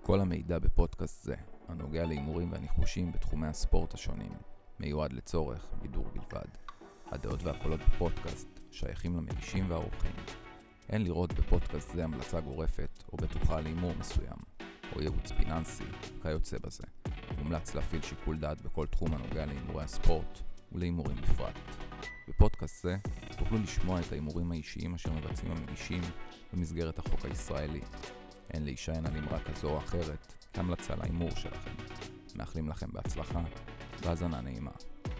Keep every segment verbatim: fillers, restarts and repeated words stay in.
כל המידע בפודקאסט זה, הנוגע להימורים והניחושים בתחומי הספורט השונים, מיועד לצורך בידור בלבד. הדעות והקולות בפודקאסט שייכים למגישים והאורחים. אין לראות בפודקאסט זה המלצה גורפת או בטוחה להימור מסוים, או ייעוץ פיננסי, כיוצא בזה. מומלץ להפעיל שיקול דעת בכל תחום הנוגע להימורי הספורט ולהימורים בפרט. בפודקאסט זה תוכלו לשמוע את ההימורים האישיים אשר מבצעים המגישים במסגרת החוק הישראלי. אין להישען על אמרה כזו או אחרת כהמלצה להימור שלכם. מאחלים לכם בהצלחה והאזנה נעימה.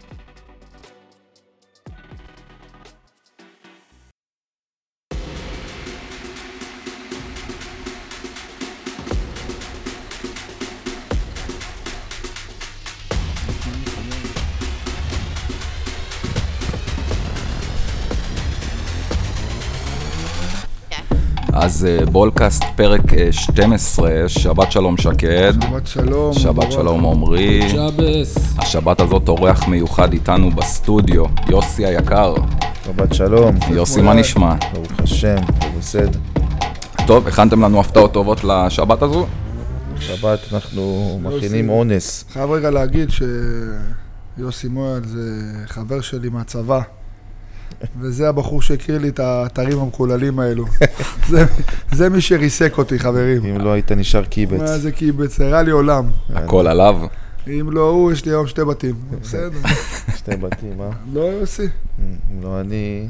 אז בולקאסט פרק שתים עשרה, שבת שלום שקד. שבת שלום. שבת שלום עומרי. שבס. השבת הזאת אורח מיוחד איתנו בסטודיו, יוסי היקר. שבת שלום. יוסי, מה נשמע? ברוך השם, בסדר. טוב, הכנתם לנו הפתעות טובות לשבת הזו? שבת אנחנו מכינים אונס. חייב רגע להגיד שיוסי מואל זה חבר שלי מהצבא. וזה הבחור שהכיר לי את האתרים המקוללים האלו. זה, זה מי שריסק אותי, חברים. אם לא היית נשאר קיבץ. מה זה קיבץ? הראה לי עולם. הכל עליו. אם לא הוא, יש לי היום שתי בתים. בסדר. שתי בתים, אה? לא, יוסי. אם לא אני...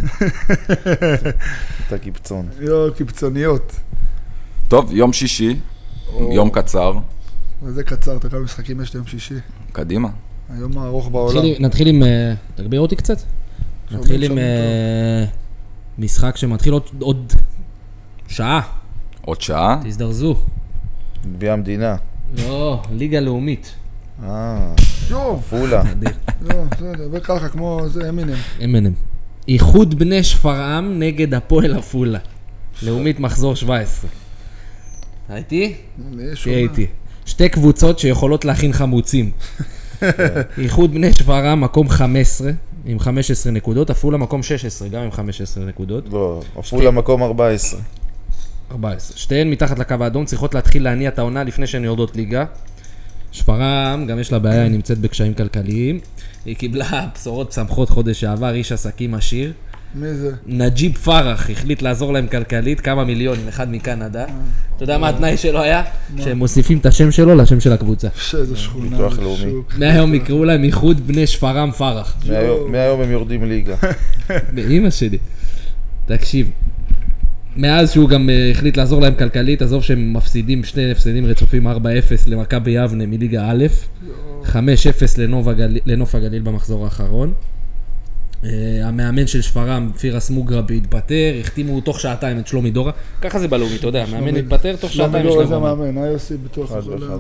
אתה קיבצון. יו, קיבצוניות. טוב, יום שישי, יום קצר. וזה קצר, אתה כמה משחקים יש ליום שישי. קדימה. היום הארוך בעולם. נתחיל עם... תגביר אותי קצת? נתחיל עם משחק שמתחיל עוד שעה. עוד שעה? תזדרזו. גביע המדינה. לא, ליגה לאומית. אה, יו, פולה. לא, בסדר, וככה כמו זה אמינם. אמינם. איחוד בני שפרעם נגד הפועל עפולה. לאומית מחזור שבע עשרה. הייתי? תהיה איתי. שתי קבוצות שיכולות להכין חמוצים. איחוד בני שפרעם מקום חמש עשרה. עם חמש עשרה נקודות, עפולה מקום שש עשרה, גם עם חמש עשרה נקודות. לא, עפולה מקום ארבע עשרה. ארבע עשרה. שתיהן מתחת לקו האדום, צריכות להתחיל להניע את העונה לפני שהן יורדות ליגה. שפרעם, גם יש לה בעיה, היא נמצאת בקשיים כלכליים. היא קיבלה בשורות שמחות חודש שעבר, איש עסקים עשיר. מי זה? נג'יב פרח החליט לעזור להם כלכלית, כמה מיליונים, אחד מקנדה. אתה יודע מה התנאי שלו היה? שהם מוסיפים את השם שלו לשם של הקבוצה. שזה שכונה. ביטוח לאומי. מהיום יקראו להם איחוד בני שפרעם פרח. מהיום הם יורדים ליגה. באמא שלי. תקשיב. מאז שהוא גם החליט לעזור להם כלכלית, עזוב שהם מפסידים שני הפסדים רצופים ארבע אפס למכבי יבנה מליגה א', חמש אפס לנוף הגליל במחזור האחרון. המאמן של שפרעם, פירס מוגרבי, התפטר, החתימו תוך שעתיים את שלומי דורה. ככה זה בלאומית, אתה יודע, מאמן התפטר תוך שעתיים. שלומי דורה זה מאמן, היוסי ביטוח.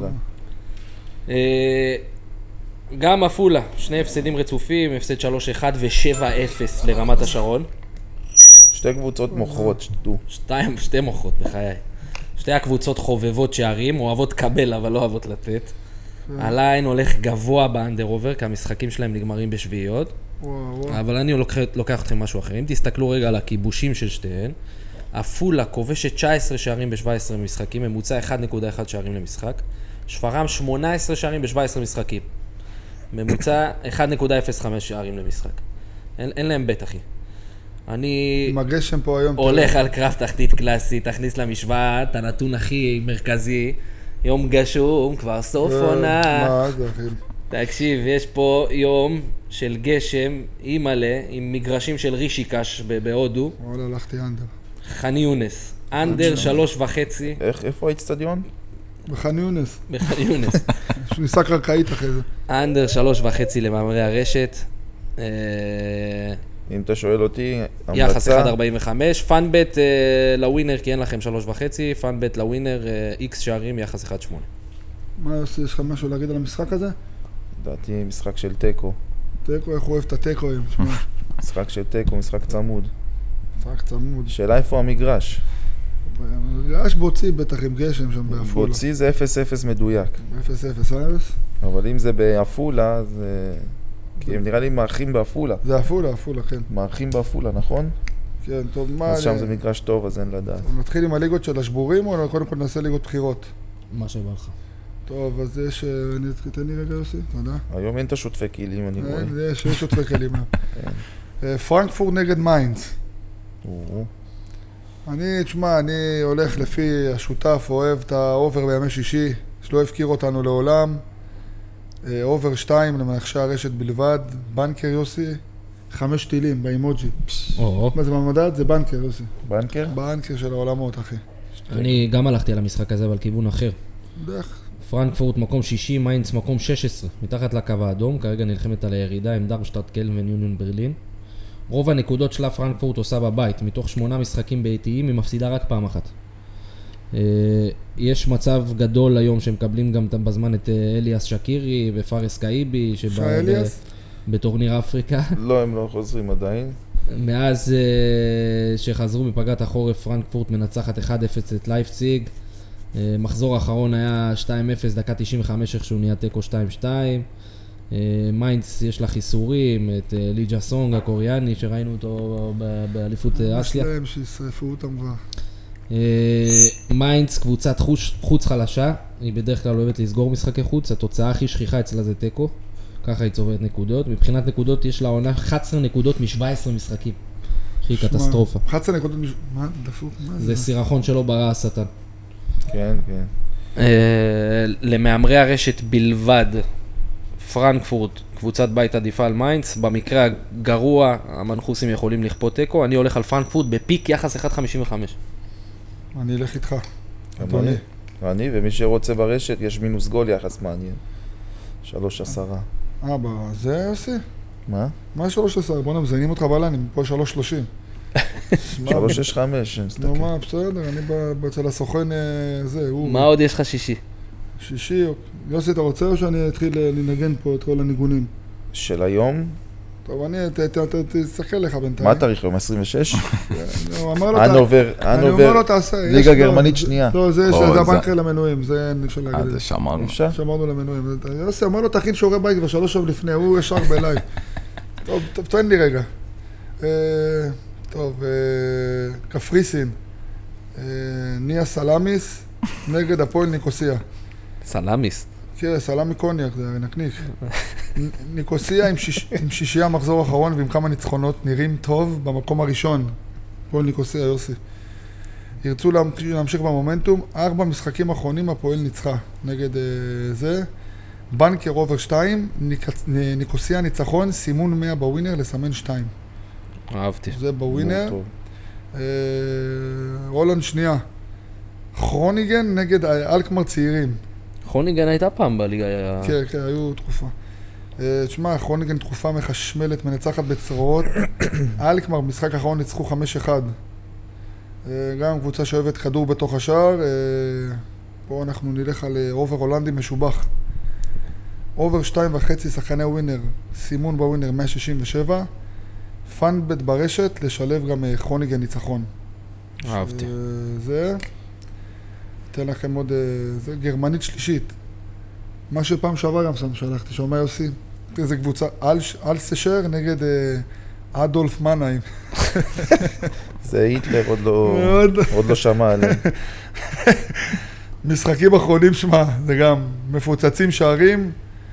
גם עפולה, שני הפסדים רצופים, הפסד שלוש אחת ו-שבע אפס לרמת השרון. שתי קבוצות מוכרות, שתו. שתיים, שתי מוכרות בחיי. שתי הקבוצות חובבות שערים, אוהבות קבל אבל לא אוהבות לתת. הליין הולך גבוה באנדר אובר, כי המשחקים שלהם נגמרים בשביעיות. אבל אני לוקח אתכם משהו אחר. אם תסתכלו רגע על הכיבושים של שתיהן, עפולה כובשת תשע עשרה שערים ב-שבע עשרה משחקים, ממוצע אחד נקודה אחת שערים למשחק. שפרעם שמונה עשרה שערים ב-שבע עשרה משחקים. ממוצע אחד נקודה אפס חמש שערים למשחק. אין, אין להם בית, אחי. אני מגשם פה היום הולך על קרב תחתית קלאסי, תכניס למשוואה, את הנתון הכי מרכזי, יום גשום, כבר סוף עונה. מה זה, אחי? תקשיב, יש פה יום של גשם, אימאלה, עם מגרשים של רישיקש בהודו. וואלה, הלכתי אנדר. חני יונס, אנדר שלוש וחצי. איך, איפה האצטדיון? בחני יונס. בחני יונס. יש ניסה קרקעית אחרי זה. אנדר שלוש וחצי למאמרי הרשת. אם אתה שואל אותי, יחס אחד ארבעים וחמש. פאנבט לווינר, כי אין לכם שלוש וחצי. פאנבט לווינר, איקס שערים, יחס אחד שמונה. מה יוסי, יש לך משהו להגיד על המשחק הזה? לדעתי משחק של טקו. טקו, איך הוא אוהב את הטקואים? משחק של טקו, משחק צמוד. משחק צמוד. שאלה איפה המגרש? המגרש בוצי בטח עם גשם שם בעפולה. בוצי זה אפס אפס מדויק. אפס אפס, אפס? אבל אם זה בעפולה, זה... כי הם נראה לי מארחים בעפולה. זה עפולה, עפולה, כן. מארחים בעפולה, נכון? כן, טוב, מה... אז שם זה מגרש טוב, אז אין לדעת. נתחיל עם הליגות של השבורים, או קודם כל נעשה ליגות בחירות? מה שבא לך. טוב, אז יש... תתן לי רגע יוסי, תודה. היום אין את השוטפי כלים, אני רואה. אין, יש, יש שוטפי כלים. פרנקפורט נגד מיינדס. אני, תשמע, אני הולך לפי השותף, אוהב את האובר בימי שישי, שלא הפקיר אותנו לעולם. אובר שתיים למנחשי הרשת בלבד, בנקר יוסי, חמש טילים באימוג'י. מה זה במדד? זה בנקר יוסי. בנקר? בנקר של העולמות, אחי. אני גם הלכתי על המשחק הזה, אבל כיוון אחר. דרך. פרנקפורט מקום שישי, מיינדס מקום שש עשרה, מתחת לקו האדום, כרגע נלחמת על הירידה עם דרמשטאט קלן ויוניון ברלין. רוב הנקודות שלה פרנקפורט עושה בבית, מתוך שמונה משחקים ביתיים, היא מפסידה רק פעם אחת. יש מצב גדול היום שמקבלים גם בזמן את אליאס שקירי ופארס קאיבי, שבטורניר אפריקה. לא, הם לא חוזרים עדיין. מאז שחזרו מפגרת החורף, פרנקפורט מנצחת אחד אפס את לייפציג. מחזור האחרון היה שתיים אפס, דקה תשעים וחמש, איכשהו נהיה טקו שתיים שתיים. מיינדס יש לה חיסורים, את ליג'ה סונג הקוריאני שראינו אותו באליפות אסיה. יש להם שישרפו אותם כבר. מיינדס קבוצת חוץ חלשה, היא בדרך כלל אוהבת לסגור משחקי חוץ, התוצאה הכי שכיחה אצלה זה טקו, ככה היא צוברת נקודות. מבחינת נקודות יש לה עונה אחת עשרה נקודות מ-שבע עשרה משחקים. הכי קטסטרופה. אחת עשרה נקודות, מה דפוק? זה סירחון שלו ברא השטן. כן, כן. למאמרי הרשת בלבד, פרנקפורט, קבוצת בית עדיפה על מיינדס, במקרה הגרוע המנחוסים יכולים לכפות טקו, אני הולך על פרנקפורט בפיק יחס אחד חמישים וחמש. אני אלך איתך. גם אני. אני, ומי שרוצה ברשת, יש מינוס גול יחס מעניין. שלוש עשרה. אה, זה יוסי? מה? מה שלוש עשרה? בואו נמזיינים אותך בלנים, פה שלוש שלושים. שלוש שש חמש, נו מה, בסדר, אני אצל הסוכן, זה, הוא... מה עוד יש לך שישי? שישי, יוסי, אתה רוצה או שאני אתחיל לנגן פה את כל הניגונים? של היום? טוב, אני תסתכל לך בינתיים. מה התאריך היום? עשרים ושש? הנובר, הנובר, ליגה גרמנית שנייה. לא, זה הבנקר למנויים, זה אפשר להגיד. אה, זה שמרנו. שמרנו למנויים. יוסי, אמר לו, תכין שיעורי בית כבר שלוש שעות לפני, הוא ישר בלייב. טוב, תן לי רגע. טוב, קפריסין, ניה סלאמיס נגד הפועל ניקוסיה. סלאמיס? כן, סלאמי קוניאק, זה נקניק. ניקוסיה עם שישייה מחזור אחרון ועם כמה ניצחונות, נראים טוב במקום הראשון. הפועל ניקוסיה, יוסי. ירצו להמשיך במומנטום, ארבע משחקים אחרונים הפועל ניצחה נגד זה. בנקר אובר שתיים, ניקוסיה ניצחון, סימון מאה בווינר לסמן שתיים. אהבתי. זה בווינר. רולנד שנייה. כרוניגן נגד אלקמר צעירים. כרוניגן הייתה פעם בליגה. כן, כן, היו תקופה. תשמע, כרוניגן תקופה מחשמלת, מנצחת בצרורות. אלקמר במשחק האחרון ניצחו חמש אחד. גם קבוצה שאוהבת כדור בתוך השער. פה אנחנו נלך על אובר הולנדי משובח. אובר שתיים וחצי שחקני ווינר, סימון בווינר מאה שישים ושבע. פאנבט ברשת, לשלב גם כרוניגן ניצחון. אהבתי. זה, אתן לכם עוד, זה גרמנית שלישית. מה שפעם שעבר גם שם שלחתי, שומע יוסי? איזה קבוצה, אלסשר נגד אדולף מנהיים. זה היטלר, עוד לא שמע עליהם. משחקים אחרונים שמה, זה גם מפוצצים שערים.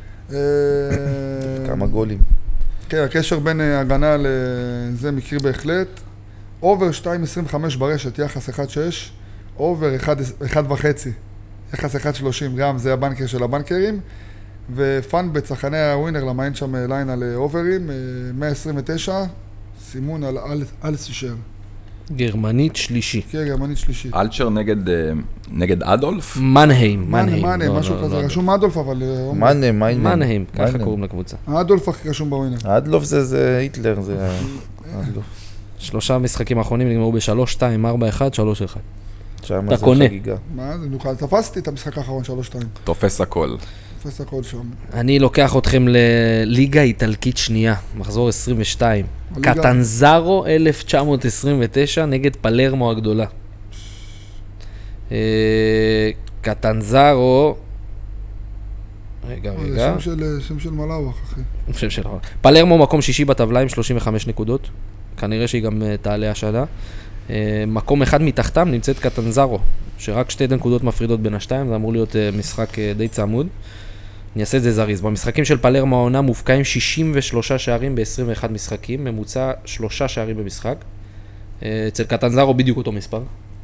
כמה גולים. כן, הקשר בין הגנה לזה מקרי בהחלט. אובר שתיים עשרים וחמש ברשת, יחס אחד שש. אובר אחד וחצי, יחס אחד שלושים, גם זה הבנקר של הבנקרים. ופאנבט, שחקני הווינר, למה אין שם ליין על אוברים, מאה עשרים ותשע, סימון על אלסשר. גרמנית שלישי. כן, גרמנית שלישית. אלצ'ר נגד אדולף? מנהיים, מנהיים. מנהיים, משהו כזה, רשום אדולף, אבל... מנהיים, מנהיים. מנהיים, ככה קוראים לקבוצה. אדולף הכי רשום בווינר. אדולף זה היטלר, זה אדולף. שלושה משחקים האחרונים נגמרו ב-שלוש שתיים, ארבע אחת, שלוש אחד. אתה קונה. מה זה, נוכל, תפסתי את המשחק האחרון, שלוש שתיים. תופס הכל. תופס הכל שם. אני לוקח אתכם לליגה איטלקית שנייה, מחזור עשרים ושתיים. קטנזארו אלף תשע מאות עשרים ותשע נגד פלרמו הגדולה. קטנזארו... רגע, רגע. זה שם של מלאווח, אחי. שם של מלאווח. פלרמו מקום שישי בטבלה עם שלושים וחמש נקודות. כנראה שהיא גם תעלה השנה. מקום אחד מתחתם נמצאת קטנזרו, שרק שתי נקודות מפרידות בין השתיים, זה אמור להיות משחק די צמוד. אני אעשה את זה זריז. במשחקים של פלרמו העונה מופקעים שישים ושלושה שערים ב-עשרים ואחד משחקים, ממוצע שלושה שערים במשחק. אצל קטנזרו בדיוק אותו מספר.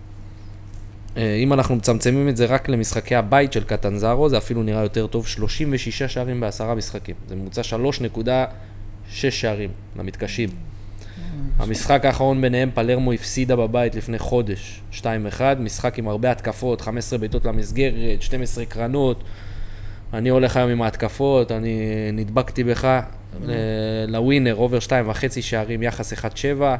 אם אנחנו מצמצמים את זה רק למשחקי הבית של קטנזרו, זה אפילו נראה יותר טוב, שלושים ושישה שערים בעשרה משחקים. זה ממוצע שלוש נקודה שש שערים למתקשים. המשחק האחרון ביניהם, פלרמו הפסידה בבית לפני חודש, שתיים אחד, משחק עם הרבה התקפות, חמש עשרה בעיטות למסגרת, שתים עשרה קרנות. אני הולך היום עם ההתקפות, אני נדבקתי בך לווינר, אובר שתיים וחצי שערים, יחס אחד שבע,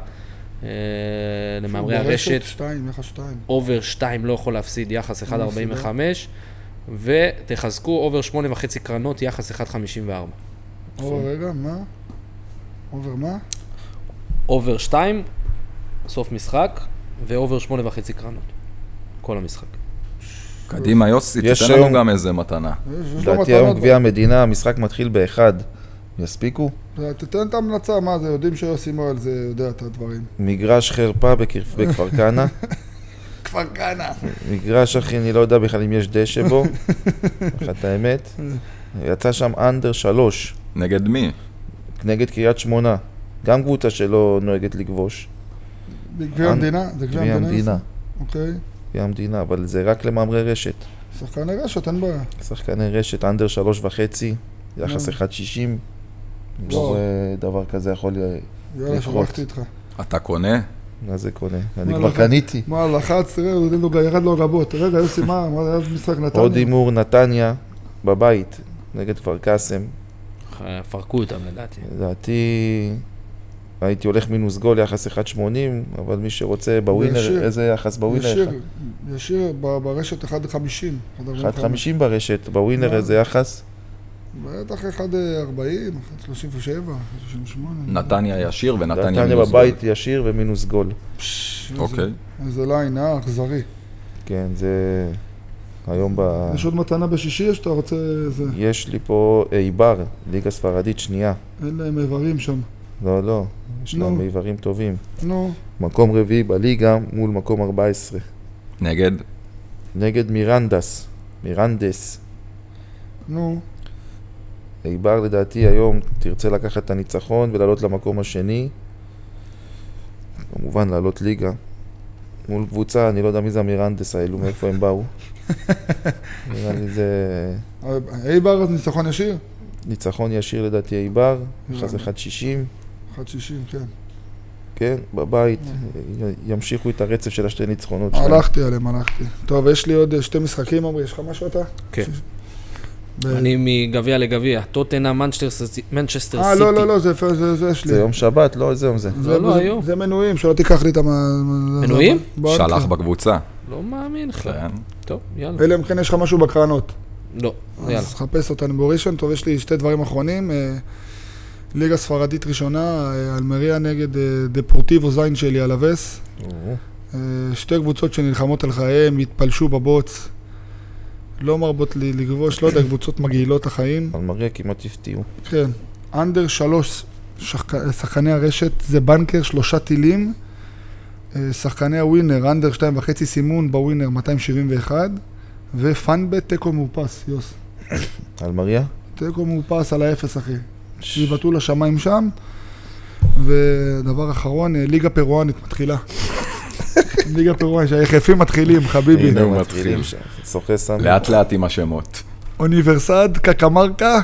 למאמרי הרשת, אובר שתיים לא יכול להפסיד, יחס אחד ארבעים וחמש, ותחזקו אובר שמונה וחצי קרנות, יחס אחד חמישים וארבע. אובר רגע, מה? אובר מה? אובר שתיים, סוף משחק, ואובר שמונה וחצי קרנות. כל המשחק. קדימה יוסי, תתן לנו גם איזה מתנה. לדעתי היום גביע המדינה, המשחק מתחיל באחד. יספיקו? תתן את המלצה, מה זה? יודעים שיוסי מואל זה יודע את הדברים. מגרש חרפה בכפר כנה. כפר כנה. מגרש אחי, אני לא יודע בכלל אם יש דשא בו. אחת האמת. יצא שם אנדר שלוש. נגד מי? נגד קריית שמונה. גם קבוצה שלא נוהגת לגבוש. גביע המדינה? זה גביע המדינה. אוקיי. גביע המדינה, אבל זה רק למאמרי רשת. שחקני רשת, אין בעיה. שחקני רשת, אנדר שלוש וחצי, יחס אחד שישים. לא רואה דבר כזה יכול לקרות. יאללה, שרחתי איתך. אתה קונה? מה זה קונה? אני כבר קניתי. מה, לחץ, תראה, ירד לו רבות. רגע, יוסי, מה, מה זה משחק נתניה? עוד הימור נתניה בבית, נגד כפר קאסם. פרקו אותם לדעתי. לדעתי, הייתי הולך מינוס גול, יחס אחד שמונים, אבל מי שרוצה בווינר, איזה יחס בווינר? ישיר, ישיר, ברשת אחד חמישים. אחד חמישים ברשת, בווינר איזה יחס? בטח אחד ארבעים, אחד שלושים ושבע, אחד שלושים ושמונה. נתניה ישיר ונתניה מינוס גול. נתניה בבית ישיר ומינוס גול. אוקיי. איזה ליין, אה, אכזרי. כן, זה היום ב... יש עוד מתנה בשישי, יש שאתה רוצה איזה... יש לי פה איבר, ליגה ספרדית שנייה. אין להם איברים שם. לא, לא, יש להם איברים טובים. נו. מקום רביעי בליגה מול מקום ארבע עשרה. נגד? נגד מירנדס, מירנדס. נו. איבר לדעתי היום תרצה לקחת את הניצחון ולעלות למקום השני. כמובן לעלות ליגה. מול קבוצה, אני לא יודע מי זה המירנדס האלו, מאיפה הם באו. נראה לי זה... איבר אז ניצחון ישיר? ניצחון ישיר לדעתי איבר, יחס אחד שישים. אחד שישים, כן. כן, בבית, ימשיכו את הרצף של השתי ניצחונות שלהם. הלכתי עליהם, הלכתי. טוב, יש לי עוד שתי משחקים, אמרי, יש לך משהו אתה? כן. אני מגביע לגביע, טוטנהאם, מנצ'סטר סיטי. אה, לא, לא, לא, זה יש לי. זה יום שבת, לא, איזה יום זה? זה לא היום. זה מנויים, שלא תיקח לי את ה... מנויים? שלח בקבוצה. לא מאמין לך. טוב, יאללה. אלה, מכן יש לך משהו בקרנות. לא, יאללה. אז חפש אותנו בראשון, טוב, יש לי שתי דברים אחרונים. ליגה ספרדית ראשונה, אלמריה נגד דפורטיבו זין שלי על הווס. שתי קבוצות שנלחמות על חייהם, התפלשו בבוץ. לא מרבות לי לגבוש, לא יודע, קבוצות מגעילות החיים. אלמריה כמעט הפתיעו. כן. אנדר שלוש שחקני הרשת, זה בנקר, שלושה טילים. שחקני הווינר, אנדר שתיים וחצי סימון בווינר מאתיים שבעים ואחת. ופאנבט, טקו מאופס, יוס. אלמריה? טקו מאופס על האפס, אחי. שיבטאו לשמיים שם. ודבר אחרון, ליגה פרואנית מתחילה. ליגה פרואנית, שהיחפים מתחילים, חביבי. הנה הוא מתחיל. סוחי סמי. לאט לאט עם השמות. אוניברסד, קקמרקה.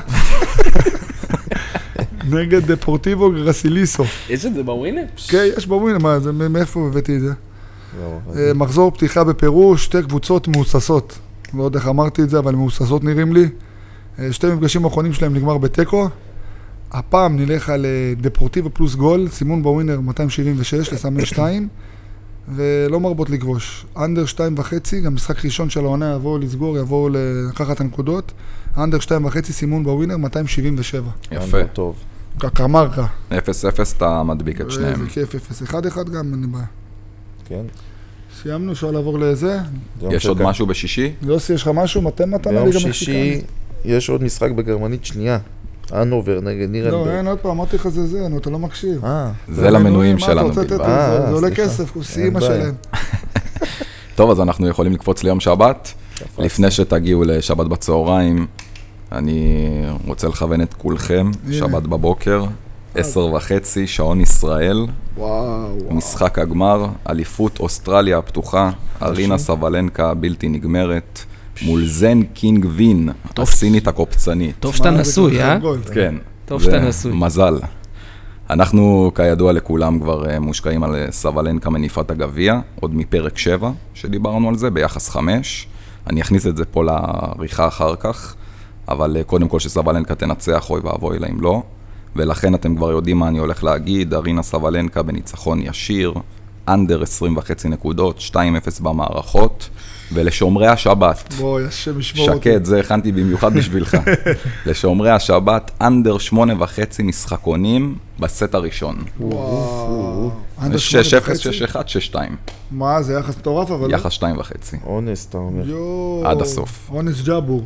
נגד דפורטיבו גרסיליסו. יש את זה בווינר? כן, יש בווינר, מה, זה, מאיפה הבאתי את זה? מחזור פתיחה בפירוש, שתי קבוצות מאוססות. לא יודע איך אמרתי את זה, אבל מאוססות נראים לי. שתי מפגשים האחרונים שלהם נגמר בטקו. הפעם נלך על דפורטיבו פלוס גול, סימון בווינר מאתיים שבעים ושש לסמן שתיים, ולא מרבות לגבוש. אנדר שתיים וחצי, גם משחק ראשון של העונה יבואו לסגור, יבואו לקחת הנקודות. אנדר שתיים וחצי, סימון בווינר מאתיים שבעים ושבע. יפה. טוב. קקמרקה. אפס אפס אתה מדביק את שניהם. איזה כיף, אפס אחד אחד גם, אני בא. כן. סיימנו, אפשר לעבור לזה. יש עוד משהו בשישי? יוסי, יש לך משהו? מתן מתנה? ביום שישי יש עוד משחק בגרמנית שנייה. אנובר נגד נירנברג. לא, אין עוד פעם, אמרתי לך זה זה, נו, אתה לא מקשיב. אה, זה למנויים שלנו בלבד. אה, זה עולה סליחה. כסף, הוא אין סיימה בעיה. שלהם. טוב, אז אנחנו יכולים לקפוץ ליום שבת. לפני שתגיעו לשבת בצהריים, אני רוצה לכוון את כולכם, שבת בבוקר, עשר וחצי, שעון ישראל, וואו, וואו. משחק הגמר, אליפות אוסטרליה הפתוחה, ארינה סבלנקה הבלתי נגמרת, מול זן קינג וין, הסינית הקופצנית. טוב שאתה מה, זה נשוי, כזה אה? גול. כן. טוב זה שאתה נשוי. מזל. אנחנו, כידוע לכולם, כבר אה, מושקעים על סבלנקה מניפת הגביע, עוד מפרק שבע, שדיברנו על זה, ביחס חמש. אני אכניס את זה פה לעריכה אחר כך, אבל אה, קודם כל שסבלנקה תנצח, אוי ואבוי לה אם לא. ולכן אתם כבר יודעים מה אני הולך להגיד, ארינה סבלנקה בניצחון ישיר, אנדר עשרים וחצי נקודות, שתיים אפס במערכות, ולשומרי השבת. בואי, השם ישמור אותי. שקט, זה הכנתי במיוחד בשבילך. לשומרי השבת, אנדר שמונה וחצי משחקונים בסט הראשון. וואו. אנדר שמונה שש אפס, וחצי? שש אחת, שש שתיים. מה, זה יחס מטורף, אבל... יחס שתיים וחצי. אונס, אתה אומר. יואו. עד הסוף. אונס ג'אבור.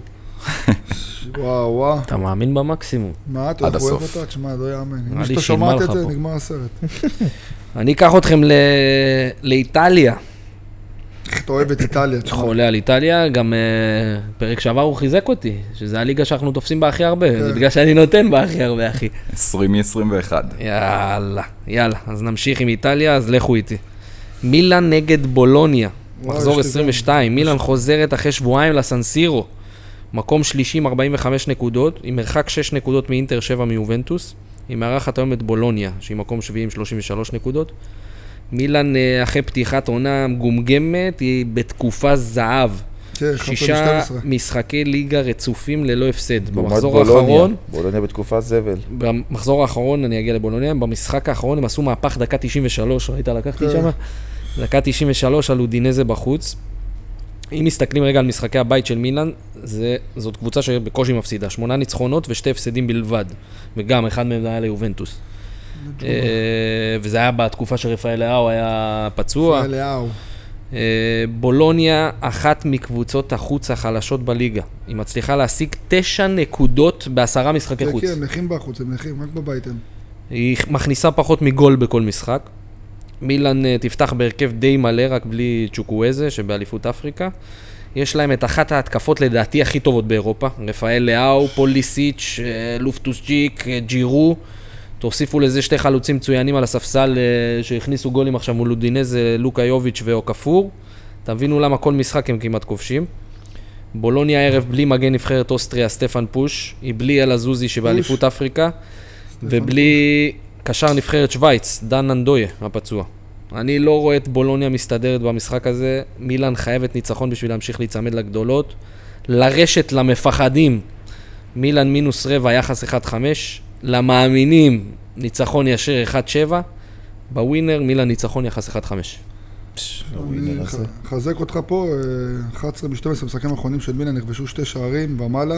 וואו, וואו. אתה מאמין במקסימום. מה, אתה עד איך הוא אוהב הסוף. אותה? תשמע, לא יאמן. נראה אם לי שאתה שילמה שומעת לך את זה, פה. נגמר הסרט. אני אקח אתכם ל... לאיטליה. איך אתה אוהב את איטליה? תשמע. חולה על איטליה, גם uh, פרק שעבר הוא חיזק אותי, שזה הליגה שאנחנו תופסים בה הכי הרבה, זה בגלל שאני נותן בה הכי הרבה, אחי. עשרים מ-עשרים ואחת. יאללה, יאללה, אז נמשיך עם איטליה, אז לכו איתי. מילאן נגד בולוניה, וואי, מחזור יש לי עשרים ושתיים, מילאן חוזרת אחרי שבועיים לסנסירו, מקום שלישי עם ארבעים וחמש נקודות, עם מרחק שש נקודות מאינטר, שבע מיובנטוס, היא מארחת היום את בולוניה, שהיא מקום שביעי עם שלושים ושלוש נקודות. מילאן אחרי פתיחת עונה מגומגמת, היא בתקופה זהב. כן, אחת עשרה שישה ב-שתים עשרה. משחקי ליגה רצופים ללא הפסד. לעומת במחזור בולוניה. האחרון, בולוניה בתקופה זבל. במחזור האחרון, אני אגיע לבולוניה, במשחק האחרון הם עשו מהפך דקה תשעים ושלוש, ראית? לקחתי כן. שם? דקה תשעים ושלוש על אודינזה בחוץ. אם מסתכלים רגע על משחקי הבית של מילאן, זה, זאת קבוצה שבקושי מפסידה, שמונה ניצחונות ושתי הפסדים בלבד, וגם אחד מהם היה ליובנטוס. אה, וזה היה בתקופה שרפאל לאו היה פצוע. אליהו. אה, בולוניה, אחת מקבוצות החוץ החלשות בליגה. היא מצליחה להשיג תשע נקודות בעשרה משחקי כן, חוץ. כן, הם נחים בחוץ, הם נחים, רק בבית הם. היא מכניסה פחות מגול בכל משחק. מילאן אה, תפתח בהרכב די מלא, רק בלי צ'וקוויזה, שבאליפות אפריקה. יש להם את אחת ההתקפות לדעתי הכי טובות באירופה. רפאל לאו, פוליסיץ', אה, לופטוס ג'יק, אה, ג'ירו. תוסיפו לזה שתי חלוצים מצוינים על הספסל אה, שהכניסו גולים עכשיו מול אודינזה, לוקה יוביץ' ואוקפור. תבינו למה כל משחק הם כמעט כובשים. בולוניה הערב בלי מגן נבחרת אוסטריה, סטפן פוש. היא בלי אלה זוזי שבאליפות אפריקה. ובלי קשר נבחרת שוויץ, דן ננדויה, הפצוע. אני לא רואה את בולוניה מסתדרת במשחק הזה. מילאן חייבת ניצחון בשביל להמשיך להיצמד לגדולות. לרשת למפחדים, מילאן מינוס רבע, יחס אחד חמש. למאמינים, ניצחון ישיר אחד שבע. בווינר, מילאן ניצחון יחס אחד חמש. אני חזק אותך פה, אחת עשרה ב-שתים עשרה משחקים האחרונים של מילאן נכבשו שתי שערים ומעלה.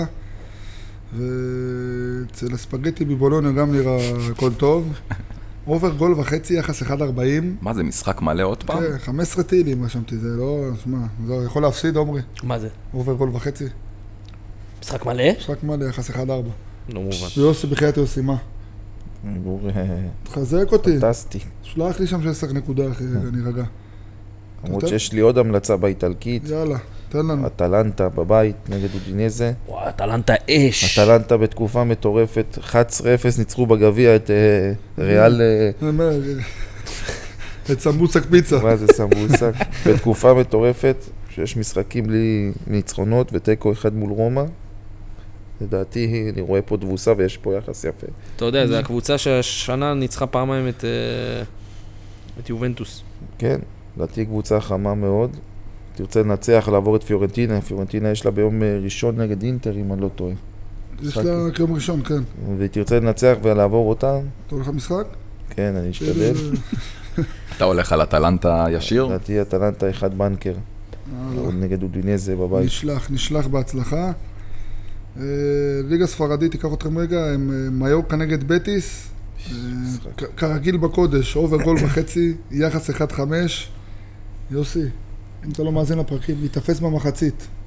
ואצל הספגטי בבולוניה גם נראה הכל טוב. אובר גול וחצי, יחס אחד ארבעים. מה זה, משחק מלא עוד פעם? כן, חמש עשרה טילים רשמתי, זה לא, שמע, זה יכול להפסיד, עומרי. מה זה? אובר גול וחצי, משחק מלא? משחק מלא, יחס אחד ארבע. לא מובן. ויוסי בחיית יוסי, מה? גור, אה, תחזק אותי. פנטסטי. שלח לי שם עשר נקודה, אחי, אני רגע. למרות שיש לי עוד המלצה באיטלקית. יאללה, תן לנו. אטלנטה בבית נגד אודינזה. וואו, טלנטה אש. אטלנטה בתקופה מטורפת, אחת עשרה אפס ניצחו בגביע את אה, ריאל, אה, אני אומר, את סמבוסק פיצה. מה זה סמבוסק? בתקופה מטורפת, שיש משחקים בלי ניצחונות ותיקו אחד מול רומא. לדעתי, אני רואה פה תבוסה ויש פה יחס יפה. אתה יודע, זו הקבוצה שהשנה ניצחה פעמיים את, אה, את יובנטוס. כן, לדעתי קבוצה חמה מאוד. תרצה לנצח, לעבור את פיורנטינה. פיורנטינה יש לה ביום אה, ראשון נגד אינטר, אם אני לא טועה. יש לה יום ראשון, כן. והיא תרצה לנצח ולעבור אותה. אתה הולך למשחק? כן, אני אשתדל. אתה הולך על אטלנטה ישיר? לדעתי אטלנטה אחד בנקר. עוד נגד אודינזה בבית. נשלח, נשלח בהצלחה. אה, ליגה ספרדית, תיקח אתכם רגע, הם אה, מיורקה נגד בטיס. אה, כ- כרגיל בקודש, אובר גול וחצי, יחס אחד חמש. יוסי, אם אתה לא מאזין לפרקים, להתאפס במחצית.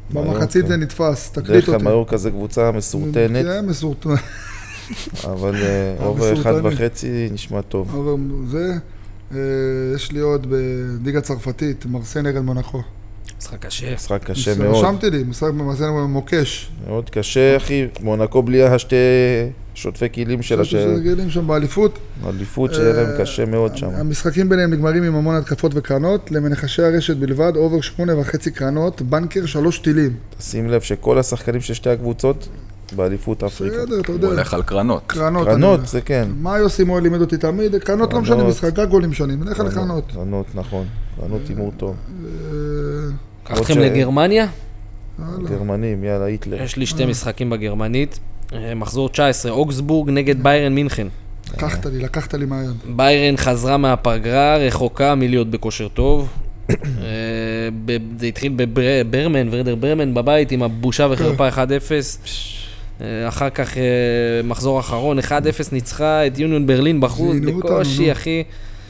במחצית זה נתפס, תקליט דרך אותי. כלל מיורקה זה קבוצה מסורטנת, כן, מסורטנת. אבל אובר אחד וחצי נשמע טוב. אובר זה, אה, יש לי עוד בליגה צרפתית, מרסיי נגד מונקו. משחק קשה. משחק קשה מאוד. רשמתי לי, משחק במרסיי מוקש. מאוד קשה, אחי. מונקו בלי השתי שוטפי כלים שלה, שוטפי כלים שם באליפות. האליפות שיהיה להם קשה מאוד שם. המשחקים ביניהם נגמרים עם המון התקפות וקרנות, למנחשי הרשת בלבד, אובר שמונה וחצי קרנות, בנקר שלוש טילים. תשים לב שכל השחקנים של שתי הקבוצות באליפות אפריקה. בסדר, אתה הוא יודע. הולך על קרנות. קרנות. קרנות, זה כן. מה יוסי מואל לימד אותי תמיד? קרנות לא משנה משחק, רק גולים שונים, נלך על קרנות. קרנות, נכון. קרנות הימור טוב. קח אתכם לגרמניה? גרמנים, יאללה, היטלר. יש לי שתי משחקים בגרמנית. מחזור תשע עשרה, אוקסבורג נגד ביירן מינכן. לקחת לי, לקחת לי מהיד. ביירן חזרה מהפגרה, רחוקה מלהיות בכושר טוב. זה התחיל בברמן, ורדר ברמן בבית עם הבושה וחרפה אחד אפס. אחר כך מחזור אחרון, אחד אפס ניצחה את יוניון ברלין בחוץ, בקושי, אחי.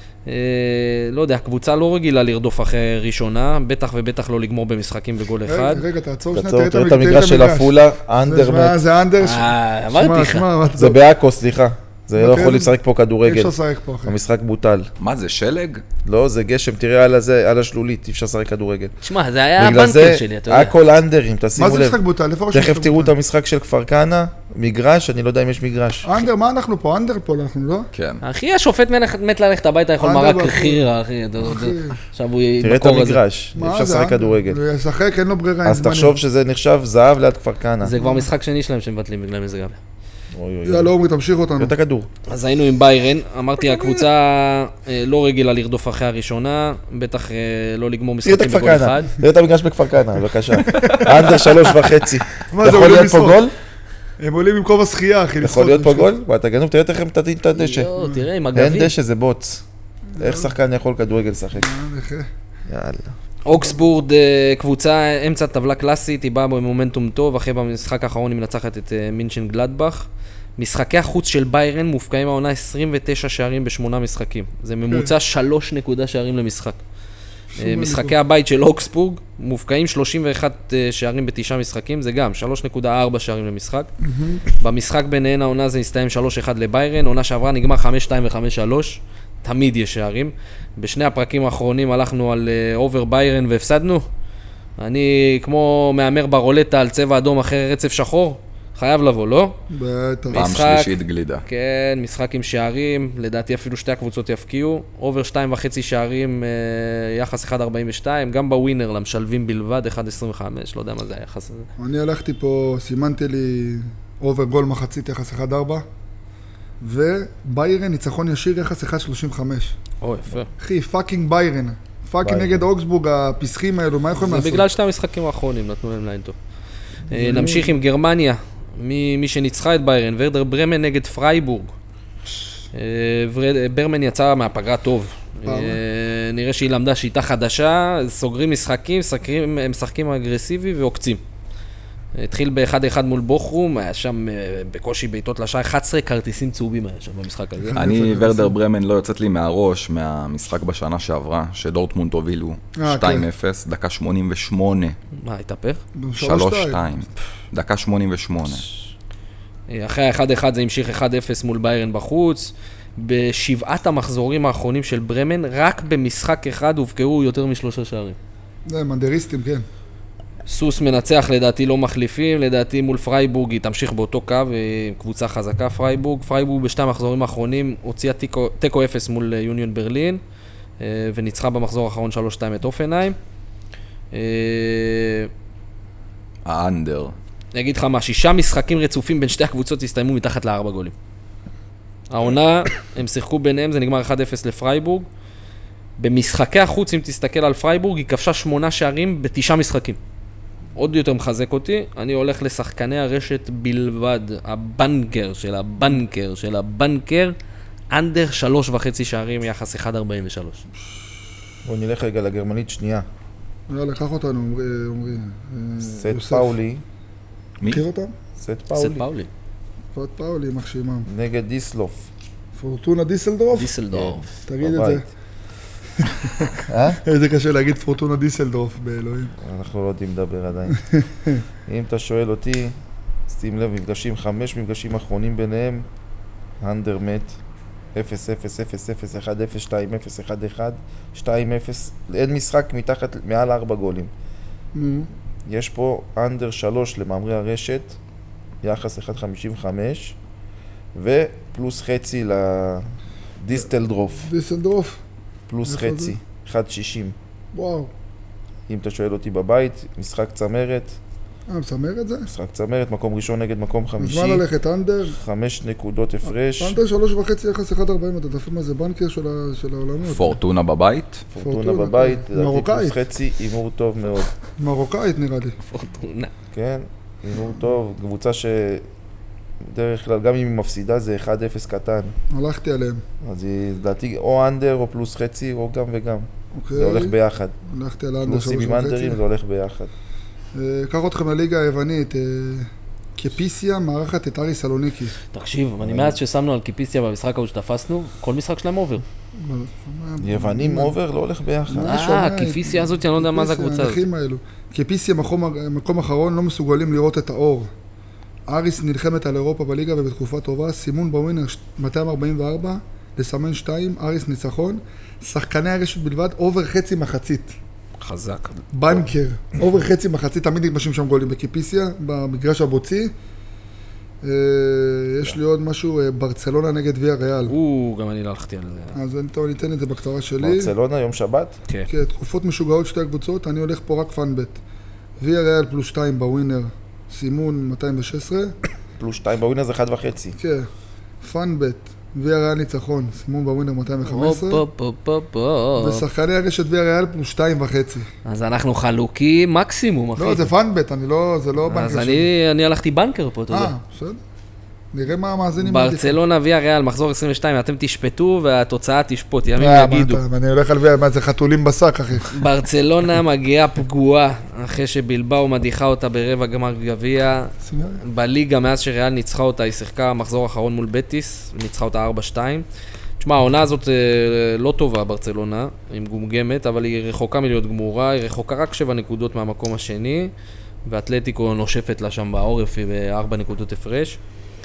לא יודע, הקבוצה לא רגילה לרדוף אחרי ראשונה, בטח ובטח לא לגמור במשחקים בגול אחד. רגע, תעצור שנייה, תעצור, תראה את המגרש של הפולה, אנדרמט. זה אנדר. אה, אמרתי לך. זה באקו, סליחה. זה לא יכול לשחק פה כדורגל. אי אפשר לשחק פה, אחי. המשחק בוטל. מה זה, שלג? לא, זה גשם, תראה על הזה, על השלולית, אי אפשר לשחק כדורגל. תשמע, זה היה הבנקר שלי, אתה יודע. הכל אנדרים, תשימו לב. מה זה משחק בוטל? תכף תראו את המשחק של כפר כנא, מגרש, אני לא יודע אם יש מגרש. אנדר, מה אנחנו פה? אנדר פה אנחנו, לא? כן. אחי, השופט מת ללכת הביתה, יכול מרק חירה, אחי. עכשיו הוא תראה את המגרש, אי אפשר לשחק כדורגל. הוא ישחק, אין לו ברירה. אז תחשוב שזה נחשב זהב ליד כפר כנא. זה כבר משחק שני שלהם שמבטלים בגלל מזג האוויר. יאללה, עומרי, תמשיך אותנו. את הכדור. אז היינו עם ביירן, אמרתי, הקבוצה לא רגילה לרדוף אחרי הראשונה, בטח לא לגמור משחקים בגול אחד. תראה את המגרש בכפר כנא, בבקשה. אנדר שלוש וחצי. מה זה, יכול להיות פה גול? הם עולים עם כובע שחייה, אחי. יכול להיות פה גול? ואתה גנוב, תראה לכם תטין את הדשא. לא, תראה, עם הגבים. אין דשא, זה בוץ. איך שחקן יכול כדורגל לשחק? יאללה. אוקסבורד, קבוצה אמצע טבלה קלאסית, היא באה במומנטום טוב, אחרי במשחק האחרון היא מנצחת את מינשן גלדבך. משחקי החוץ של ביירן מופקעים העונה עשרים ותשע שערים בשמונה משחקים. זה ממוצע שלוש נקודה שערים למשחק. משחקי הבית של אוקסבורג מופקעים שלושים ואחד שערים בתשעה משחקים, זה גם שלוש נקודה ארבע שערים למשחק. במשחק ביניהן העונה זה הסתיים שלוש אחד לביירן, עונה שעברה נגמר חמש שתיים וחמש שלוש. תמיד יש שערים. בשני הפרקים האחרונים הלכנו על אובר ביירן והפסדנו. אני כמו מאמר ברולטה על צבע אדום אחרי רצף שחור. חייב לבוא, לא? בטח. פעם שלישית גלידה. כן, משחק עם שערים, לדעתי אפילו שתי הקבוצות יפקיעו. אובר שתיים וחצי שערים, יחס אחד ארבעים ושתיים, גם בווינר למשלבים בלבד, אחד עשרים וחמש, לא יודע מה זה היחס הזה. אני הלכתי פה, סימנתי לי אובר גול מחצית, יחס אחד ארבע. וביירן, ניצחון ישיר, יחס אחד שלושים וחמש. או, יפה. אחי, פאקינג ביירן. פאקינג נגד אוקסבורג, הפסחים האלו, מה יכולים לעשות? זה בגלל שתי המשחקים האחרונים, נתנו להם ליין טוב. נמשיך עם גרמניה, מי שניצחה את ביירן, ורדר ברמן נגד פרייבורג. ברמן יצא מהפגרה טוב. נראה שהיא למדה שיטה חדשה, סוגרים משחקים, הם משחקים אגרסיבי ועוקצים. התחיל ב-אחד אחד מול בוכרום, היה שם בקושי בעיטות לשער, אחד עשר כרטיסים צהובים היה שם במשחק הזה. אני, ורדר ברמן לא יוצאת לי מהראש מהמשחק בשנה שעברה, שדורטמונד הובילו שתיים אפס, דקה שמונים ושמונה. מה, התהפך? שלוש שתיים, דקה שמונים ושמונה. אחרי ה-אחד אחד זה המשיך אחד אפס מול ביירן בחוץ. בשבעת המחזורים האחרונים של ברמן, רק במשחק אחד הובקעו יותר משלושה שערים. זה מנדריסטים, כן. סוס מנצח, לדעתי לא מחליפים, לדעתי מול פרייבורג היא תמשיך באותו קו, קבוצה חזקה פרייבורג. פרייבורג בשתי המחזורים האחרונים הוציאה טקו אפס מול יוניון ברלין, וניצחה במחזור האחרון שלוש שתיים את אופנהיים. האנדר. אני אגיד לך מה, שישה משחקים רצופים בין שתי הקבוצות הסתיימו מתחת לארבע גולים. העונה, הם שיחקו ביניהם, זה נגמר אחד אפס לפרייבורג. במשחקי החוץ, אם תסתכל על פרייבורג, היא כבשה שמונה שערים בתשעה משחקים. עוד יותר מחזק אותי, אני הולך לשחקני הרשת בלבד, הבנקר של הבנקר של הבנקר, אנדר שלוש וחצי שערים, יחס אחד ארבעים ושלוש. בואו נלך רגע לגרמנית שנייה. יאללה, לקח אותנו, אומרי. סט פאולי. מי? מכיר אותם? סט פאולי. סט פאולי. סט פאולי, מחשימם. נגד דיסלוף. פורטונה דיסלדורף? דיסלדורף. תגיד את זה. אה? איזה קשה להגיד פורטונה דיסלדורף באלוהים. אנחנו לא יודעים לדבר עדיין. אם אתה שואל אותי, שים לב, מפגשים, חמש מפגשים אחרונים ביניהם, אנדר מת, אפס אפס אפס אפס אחת אפס שתיים אפס אחת אחת שתיים אפס, אין משחק מתחת, מעל ארבע גולים. יש פה אנדר שלוש למאמרי הרשת, יחס אחד חמישים וחמש, ופלוס חצי לדיסטלדרוף. דיסלדורף? פלוס חצי, אחד שישים. וואו. אם אתה שואל אותי בבית, משחק צמרת. אה, מצמרת זה? משחק צמרת, מקום ראשון נגד מקום חמישי. זמן ללכת, אנדר. חמש נקודות הפרש. אנדר שלוש וחצי יחס אחד ארבעים, אתה תפעיל מה זה בנקר של העולמות. פורטונה בבית? פורטונה בבית, לדעתי מרוקאית. פלוס חצי, אימור טוב מאוד. מרוקאית נראה לי. פורטונה. כן, אימור טוב, קבוצה שדרך כלל גם אם היא מפסידה זה אחד אפס קטן. הלכתי עליהם. אז היא לדעתי או אנדר או פלוס חצי או גם וגם. אוקיי. זה הולך ביחד. הלכתי על האנדר פלוסים שלוש עם וחצי. אנדרים זה הולך ביחד. קח אתכם לליגה היוונית. קיפיסיה מארחת את אריס סלוניקי. תקשיב, אני מאז ששמנו על קיפיסיה במשחק ההוא שתפסנו, כל משחק שלהם אובר. יוונים אובר לא הולך ביחד. אה, קיפיסיה הזאת, אני לא יודע מה זה הקבוצה הזאת. קיפיסיה מקום אחרון לא מסוגלים לראות את האור. אריס נלחמת על אירופה בליגה ובתקופה טובה, סימון בווינר מאתיים ארבעים וארבע, לסמן שתיים, אריס ניצחון, שחקני הרשת בלבד, אובר חצי מחצית. חזק. בנקר, אובר חצי מחצית, תמיד נגמשים שם גולים בקיפיסיה, במגרש הבוצי. יש לי עוד משהו, ברצלונה נגד ויה ריאל. או, גם אני לא הלכתי על זה. אז אני אתן את זה בקצרה שלי. ברצלונה, יום שבת? כן. כן, תקופות משוגעות שתי הקבוצות, אני הולך פה רק פאנבט. ויה ריאל פלוס שתיים בווינר, סימון מאתיים ושש עשרה. פלוס שתיים בווינר זה אחד וחצי. כן, פאנבט, ויה ריאל ניצחון, סימון בווינר מאתיים וחמש עשרה. הופ, הופ, הופ, הופ. ושחקני הרשת ויה ריאל פלוס שתיים וחצי. אז אנחנו חלוקים מקסימום, אחי. לא, זה פאנבט, אני לא, זה לא בנקר אז אני אני הלכתי בנקר פה, אתה יודע. אה, בסדר. נראה מה המאזינים... ברצלונה ויה ריאל, מחזור עשרים ושתיים, אתם תשפטו והתוצאה תשפוט, ימים אה, יגידו. מה אתה, אני הולך על ויה, מה זה חתולים בשק, אחי. ברצלונה מגיעה פגועה, אחרי שבלבאו מדיחה אותה ברבע גמר גביע. בליגה, מאז שריאל ניצחה אותה, היא שיחקה מחזור אחרון מול בטיס, ניצחה אותה ארבע שתיים. תשמע, העונה הזאת לא טובה, ברצלונה, היא מגומגמת, אבל היא רחוקה מלהיות גמורה, היא רחוקה רק שבע נקודות מהמקום השני, ואתלטיקו נושפת לה שם בעורף בארבע נקודות הפרש.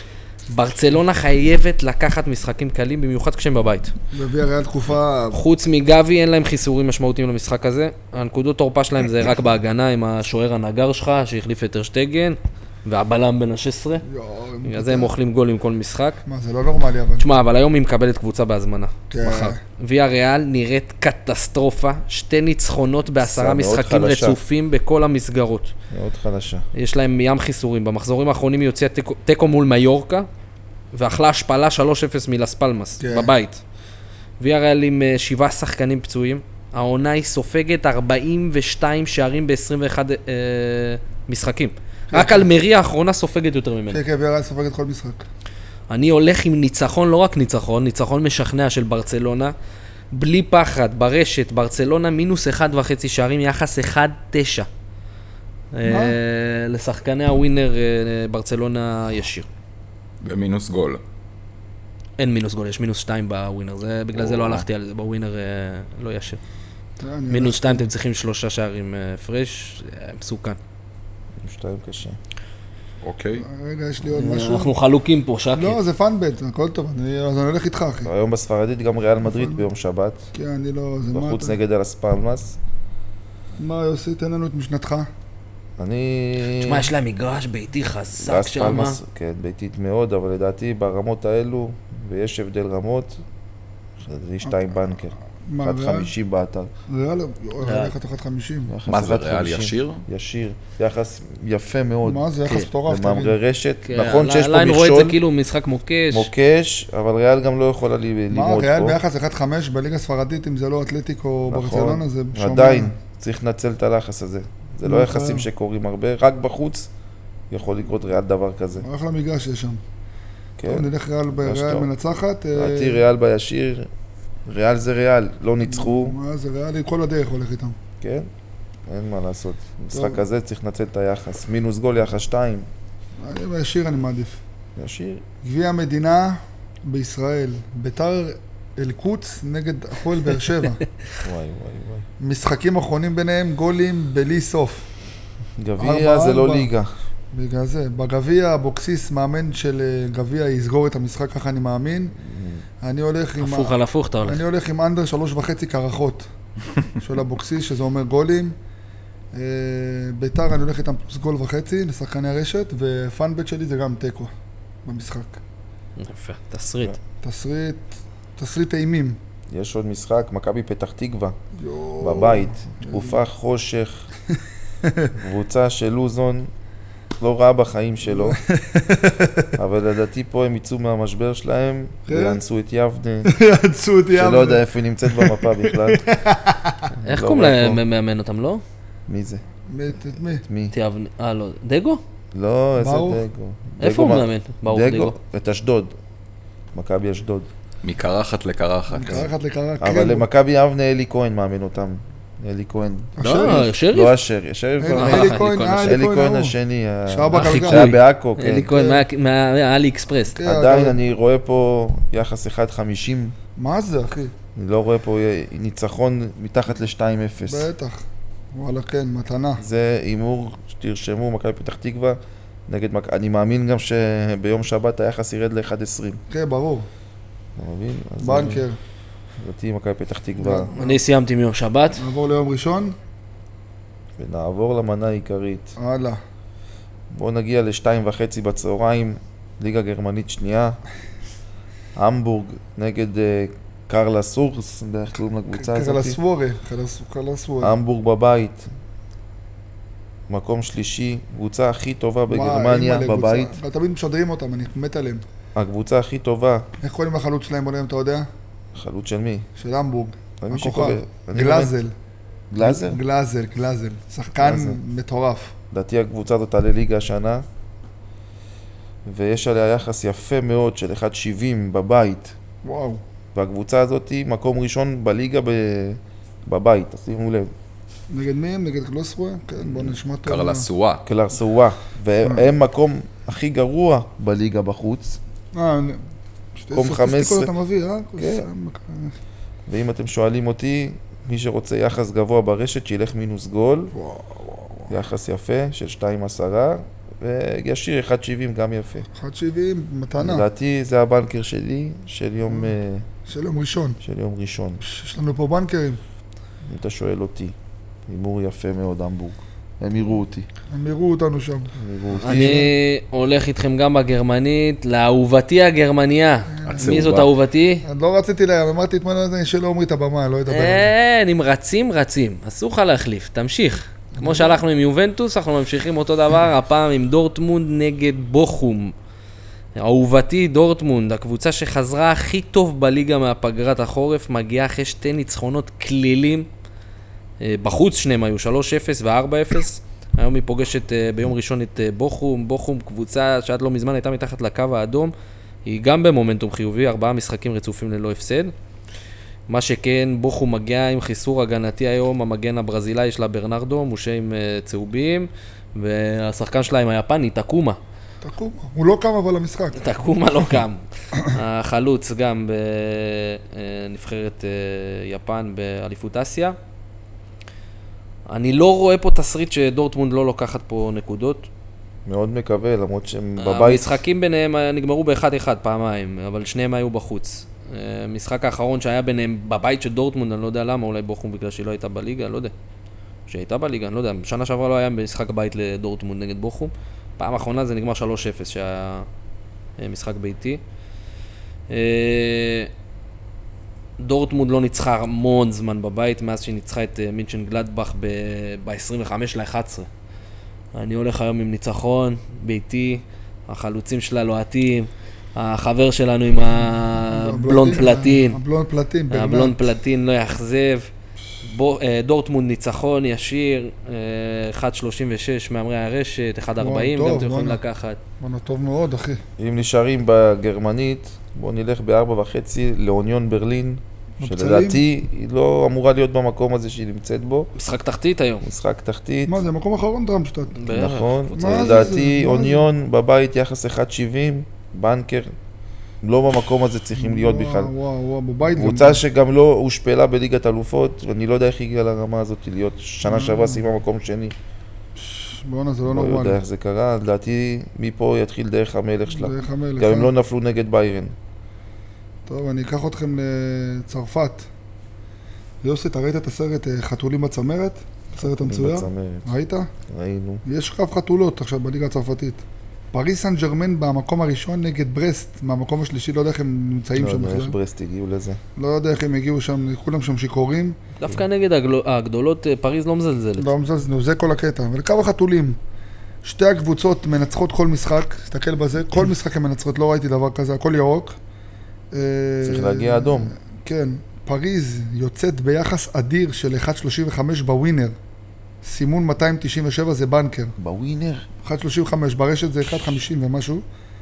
ברצלונה חייבת לקחת משחקים קלים, במיוחד כשהם בבית. בוויה ריאל תקופה... חוץ מגבי, אין להם חיסורים משמעותיים למשחק הזה. הנקודות תורפה שלהם זה רק בהגנה עם השוער הנגר שלך, שהחליף את טרשטגן, והבלם בן ה-שש עשרה. בגלל זה הם אוכלים גול עם כל משחק. מה, זה לא נורמלי, אבל... תשמע, אבל היום היא מקבלת קבוצה בהזמנה. כן. מחר. ויה ריאל נראית קטסטרופה, שתי ניצחונות בעשרה מאוד משחקים חלשה. רצופים בכל המסגרות. מאוד חלשה. יש להם ים חיסורים. במחזורים האחרונים היא הוציאה תיקו- תיקו מול מיורקה, ואכלה השפלה שלוש אפס מלס פלמאס, כן. בבית. ויה ריאל עם אה, שבעה שחקנים פצועים. העונה היא סופגת ארבעים ושתיים שערים ב-עשרים ואחד אה, משחקים. רק על מריה האחרונה סופגת יותר ממנו. כן, כן, ויה ריאל סופגת כל משחק. אני הולך עם ניצחון, לא רק ניצחון, ניצחון משכנע של ברצלונה, בלי פחד, ברשת, ברצלונה מינוס אחד וחצי שערים, יחס אחד תשע. אה, לשחקני הווינר אה, ברצלונה ישיר. במינוס גול. אין מינוס גול, יש מינוס שתיים בווינר, זה, בגלל זה לא הלכתי על זה, בווינר אה, לא ישיר. אני מינוס שתיים אתם צריכים שלושה שערים אה, פרש, אה, מסוכן. שתיים קשה. אוקיי. רגע, יש לי עוד משהו. אנחנו חלוקים פה, שקי. לא, זה פאנבט, הכל טוב, אני- אז אני הולך איתך, אחי. היום בספרדית גם ריאל מדריד ביום שבת. כן, אני לא... זה מה בחוץ אתה- נגד אלס פלמאס. מה, יוסי, תן לנו את משנתך. אני... תשמע, יש להם מגרש ביתי חזק אלס שם. פלמאס, כן, ביתית מאוד, אבל לדעתי ברמות האלו, ויש הבדל רמות, זה שתיים בנקר. מה, אחד ריאל? חמישים באתר. ריאל, ריאל אחד חמישים. יחס מה זה, אחד ריאל חמישים. ישיר? ישיר. יחס יפה מאוד. מה זה, יחס כן, מטורף, תגיד. במאמרי רשת. כן, נכון שיש פה הליין רואה את מכשול, זה כאילו משחק מוקש. מוקש, אבל ריאל גם לא יכולה ל- מה, ללמוד ריאל פה. ביחס אחד חמש בליגה ספרדית, אם זה לא אתלטיקו או נכון. ברצלונה, זה שומע. עדיין, צריך לנצל את הלחץ הזה. זה לא נכון. יחסים שקורים הרבה, רק בחוץ יכול לקרות ריאל דבר כזה. הולך למגרש יש שם. כן. טוב, נלך ריאל ב- ממש ריאל טוב. מנצחת. אה, לדעתי ריאל בישיר, ריאל זה ריאל, לא ניצחו, מה זה, ריאל כל הדרך הולך איתם. כן? אין מה לעשות. טוב. משחק כזה צריך לנצל את היחס. מינוס גול, יחס שתיים. אני בישיר אני מעדיף. ישיר. גביע המדינה בישראל, ביתר אל-קודס נגד הפועל באר שבע. וואי, וואי, וואי. משחקים אחרונים ביניהם, גולים בלי סוף. גביע זה לא ליגה. בגלל זה. בגביע, אבוקסיס, מאמן של גביע, יסגור את המשחק, ככה אני מאמין. אני הולך עם... הפוך על הפוך אתה הולך. אני הולך עם אנדר שלוש וחצי קרחות של אבוקסיס, שזה אומר גולים. ביתר אני הולך איתם פלוס גול וחצי לשחקני הרשת, ופאנבט שלי זה גם טקו במשחק. יפה, תסריט. תסריט, תסריט אימים. יש עוד משחק, מכבי פתח תקווה, בבית, תקופה חושך, קבוצה של לוזון, לא רע בחיים שלו, אבל לדעתי פה הם יצאו מהמשבר שלהם, ויאנסו את יבנה, יאנסו את יבנה, שלא יודע איפה היא נמצאת במפה בכלל. איך קוראים להם מאמן אותם, לא? מי זה? את מי? את מי? אה, לא, דגו? לא, איזה ברוך? דגו. איפה הוא מאמן? ברוך דגו. את אשדוד. מכבי אשדוד. מקרחת לקרחת. קרחת לקרחת. אבל למכבי יבנה אלי כהן מאמן אותם. אלי כהן. לא, שריף? לא השריף. השריף כבר... אלי כהן, אלי כהן השני. החיקוי. שהיה בעכו, כן. אלי כהן מהאלי אקספרס. עדיין אני רואה פה יחס אחד חמישים. מה זה, אחי? אני לא רואה פה ניצחון מתחת ל-שתיים אפס. בטח. וואלה, כן, מתנה. זה אימור שתרשמו, מכבי פתח תקווה. נגד מכבי. אני מאמין גם שביום שבת היחס ירד ל-אחד עשרים. כן, ברור. אתה מבין? בנקר. לדעתי מכבי פתח תקווה. אני סיימתי מיום שבת. נעבור ליום ראשון. ונעבור למנה העיקרית. הלאה. בואו נגיע לשתיים וחצי בצהריים, ליגה גרמנית שנייה. המבורג נגד קרלה סורס, דרך כלום לקבוצה הזאת. קרלה סוורי, קרלה סוורי. המבורג בבית. מקום שלישי, קבוצה הכי טובה בגרמניה בבית. תמיד משדרים אותם, אני מת עליהם. הקבוצה הכי טובה. איך קוראים החלוץ שלהם עליהם, אתה יודע? חלוץ של מי? של המבורג. הכוכב. אני גלאזל. גלאזל? גלאזל, גלאזל. שחקן גלאזל. מטורף. לדעתי הקבוצה הזאת עלי ליגה השנה. ויש עליה יחס יפה מאוד של אחד שבעים בבית. וואו. והקבוצה הזאת היא מקום ראשון בליגה ב... בבית, תשימו לב. נגד מי הם? נגד קלוסווה? כן, בוא נשמע טוב. קרלה סואה. קרלה סואה. והם מקום הכי גרוע בליגה בחוץ. אה, מקום חמש עשרה. סטטיסטיקות אתה מביא, אה? כן. ואם אתם שואלים אותי, מי שרוצה יחס גבוה ברשת, שילך מינוס גול. וואו, וואו. יחס יפה של שתיים עשרה. וישיר אחד שבעים גם יפה. אחד שבעים, מתנה. לדעתי זה הבנקר שלי של יום... של יום ראשון. של יום ראשון. יש לנו פה בנקרים. אם אתה שואל אותי, הימור יפה מאוד, המבורג. הם יראו אותי. הם יראו אותנו שם. אני הולך איתכם גם בגרמנית, לאהובתי הגרמניה. מי זאת אהובתי? אני לא רציתי להם, אמרתי אתמול שלא אומרי את הבמה, לא אדבר. אין, אם רצים, רצים. אסור לך להחליף, תמשיך. כמו שהלכנו עם יובנטוס, אנחנו ממשיכים אותו דבר, הפעם עם דורטמונד נגד בוכום. אהובתי דורטמונד, הקבוצה שחזרה הכי טוב בליגה מהפגרת החורף, מגיעה אחרי שתי ניצחונות כלילים. בחוץ שניהם היו שלוש אפס ו-ארבע אפס. היום היא פוגשת ביום ראשון את בוכום. בוכום קבוצה שעד לא מזמן הייתה מתחת לקו האדום. היא גם במומנטום חיובי, ארבעה משחקים רצופים ללא הפסד. מה שכן, בוכום מגיע עם חיסור הגנתי היום, המגן הברזילאי שלה ברנרדו, מושה עם צהובים, והשחקן שלה עם היפני, טקומה. טקומה, הוא לא קם אבל למשחק. טקומה לא קם. החלוץ גם בנבחרת יפן באליפות אסיה. אני לא רואה פה תסריט שדורטמונד לא לוקחת פה נקודות. מאוד מקווה, למרות שהם בבית... המשחקים ביניהם נגמרו באחד אחד פעמיים, אבל שניהם היו בחוץ. המשחק האחרון שהיה ביניהם בבית של דורטמונד, אני לא יודע למה, אולי בוכום בגלל שהיא לא הייתה בליגה, אני לא יודע. שהיא הייתה בליגה, אני לא יודע. שנה שעברה לא היה משחק בית לדורטמונד נגד בוכום. פעם האחרונה זה נגמר שלוש אפס, שהיה משחק ביתי. דורטמונד לא ניצחה המון זמן בבית, מאז שהיא ניצחה את מינצ'ן גלדבך ב-עשרים וחמש ל-אחת עשרה. אני הולך היום עם ניצחון, ביתי, החלוצים שלה לוהטים, החבר שלנו עם הבלונד פלטין. הבלונד פלטין. הבלונד פלטין לא יחזב. דורטמונד ניצחון ישיר, אחת שלושים ושש מאמרי הרשת, אחת ארבעים, גם אתם יכולים לקחת. בונה טוב מאוד, אחי. אם נשארים בגרמנית, בואו נלך בארבע וחצי לאוניון ברלין, שלדעתי היא לא אמורה להיות במקום הזה שהיא נמצאת בו. משחק תחתית היום. משחק תחתית. מה זה, מקום אחרון דרמשטט. נכון. לדעתי אוניון בבית יחס אחד שבעים, בנקר לא במקום הזה צריכים להיות וואו, בכלל. וואו, וואו, בבית. קבוצה שגם לא הושפלה בליגת אלופות, ואני לא יודע איך הגיעה לרמה הזאת להיות. שנה שעברה סיימה מקום שני. בואנה, זה לא לא נורמלי. יודע איך זה קרה, לדעתי מפה יתחיל דרך המלך שלה. דרך המלך. גם הם אה? לא נפלו נגד ביירן. טוב, אני אקח אתכם לצרפת. יוסי, אתה ראית את הסרט אה, חתולים בצמרת? הסרט המצויר? בצמרת. ראית? ראינו. יש קו חתולות עכשיו בליגה הצרפתית. פריס סן ג'רמן במקום הראשון נגד ברסט, מהמקום השלישי, לא יודע איך הם נמצאים לא שם יודע איך בכלל. ברסט הגיעו לזה. לא יודע איך הם הגיעו שם, כולם שם שיכורים. דווקא נגד הגלו- הגדולות, אה, פריז לא מזלזלת. לא מזלזלנו, זה כל הקטע. ולקו החתולים, שתי הקבוצות מנצחות כל משחק, תסתכל בזה, כל משחק הן מנצחות, לא ראיתי דבר כזה, הכל ירוק. צריך להגיע אדום. כן, פריז יוצאת ביחס אדיר של אחת שלושים וחמש בווינר. סימון מאתיים תשעים ושבע זה בנקר. בווינר? אחת שלושים וחמש, ברשת זה אחת חמישים ומשהו.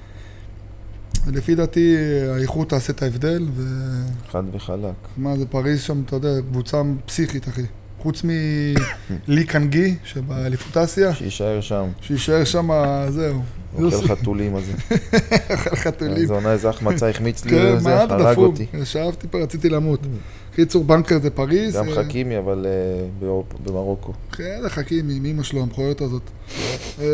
לפי דעתי האיכות תעשה את ההבדל, ו... חד וחלק. מה זה פריז שם, אתה יודע, קבוצה פסיכית, אחי. חוץ מלי קנגי, שבאליפות אסיה, שישאר שם. שישאר שם, זהו. אוכל חתולים הזה. אוכל חתולים. איזה עונה, איזה החמצה החמיץ לי, כן, זה מה אתה הרג דפוק? אותי. ישבתי פה, רציתי למות. קיצור, בנקר זה פריז. גם אה, חכימי, אבל אה, באופ- במרוקו. כן, זה חכימי, עם אמא שלו, המכוערת הזאת. אה,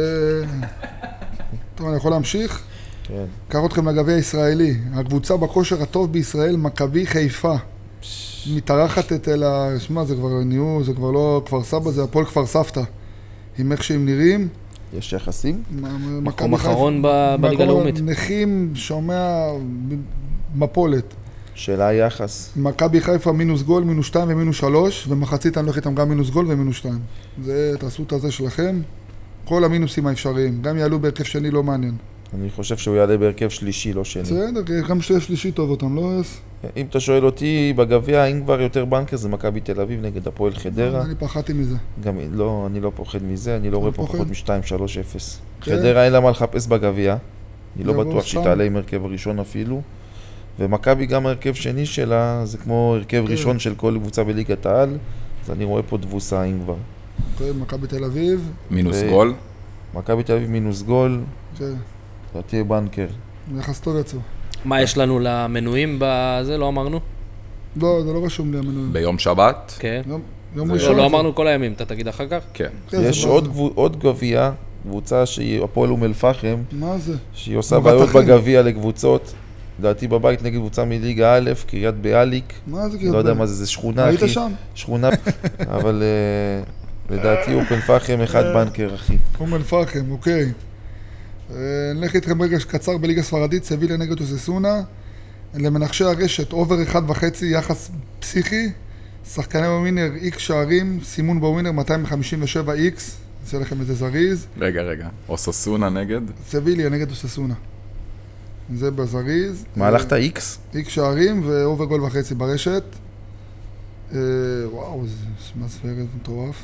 טוב, אני יכול להמשיך? כן. קח אתכם לגביע הישראלי. הקבוצה בכושר הטוב בישראל, מכבי חיפה. מתארחת את אל ה... שמע, זה כבר נהיו, זה כבר לא כפר סבא, זה הפועל כפר סבתא. עם איך שהם נראים. יש יחסים? מ- מקום מכבי חיפה- אחרון ב- בליגה מקום הלאומית. נכים, שומע, מפולת. שאלה היחס. מכבי חיפה מינוס גול, מינוס שתיים ומינוס שלוש, ומחצית אני הולך איתם גם מינוס גול ומינוס שתיים. זה, תעשו את הזה שלכם. כל המינוסים האפשריים. גם יעלו בהרכב שני, לא מעניין. אני חושב שהוא יעלה בהרכב שלישי, לא שני. בסדר, גם שיש שלישי טוב אותם, לא... אם אתה שואל אותי בגביע, אם כבר יותר בנקר, זה מכבי תל אביב נגד הפועל חדרה. אני פחדתי מזה. גם לא, אני לא פוחד מזה, אני לא רואה פה פוחד? פחות מ-שתיים שלוש אפס. כן. חדרה אין לה מה לחפש בגביע. אני לא יבוא בטוח שהיא סתם. תעלה עם הרכב הראשון אפילו. ומכבי גם הרכב שני שלה, זה כמו הרכב כן. ראשון של כל קבוצה בליגת העל. אז אני רואה פה תבוסה אם כבר. אוקיי, מכבי תל אביב. מינוס ו- גול. מכבי תל אביב מינוס גול, כן, תהיה בנקר. יחס טוב יצאו. מה יש לנו למנויים בזה? לא אמרנו? לא, זה לא רשום לי המנויים. ביום שבת. כן. יום- יום זה- ראשון. לא, לא יצא. אמרנו כל הימים, אתה תגיד אחר כך? כן. כן, זה יש מה עוד, זה? גבו, עוד גביע, קבוצה שהיא הפועל אום אל פחם, מה זה? שהיא עושה מבטחים. בעיות בגביע לקבוצות. לדעתי בבית נגד קבוצה מליגה א', קריית ביאליק. מה זה? לא יודע מה זה, זה שכונה, היית אחי. שם? שכונה, אבל uh, לדעתי אום אל פחם אחד בנקר, אחי. אום אל פחם, אוקיי. אה, נלך איתכם רגע קצר בליגה ספרדית, סביליה נגד אוססונה. למנחשי הרשת, אובר אחד וחצי, יחס פסיכי. שחקני בווינר, איקס שערים, סימון בווינר מאתיים חמישים ושבע איקס. נעשה לכם איזה זריז. רגע, רגע. אוססונה נגד? סביליה נגד אוססונה. זה בזריז. מה הלכת איקס? איקס שערים ואובר גול וחצי ברשת. אה, וואו, זה מספרת מטורף.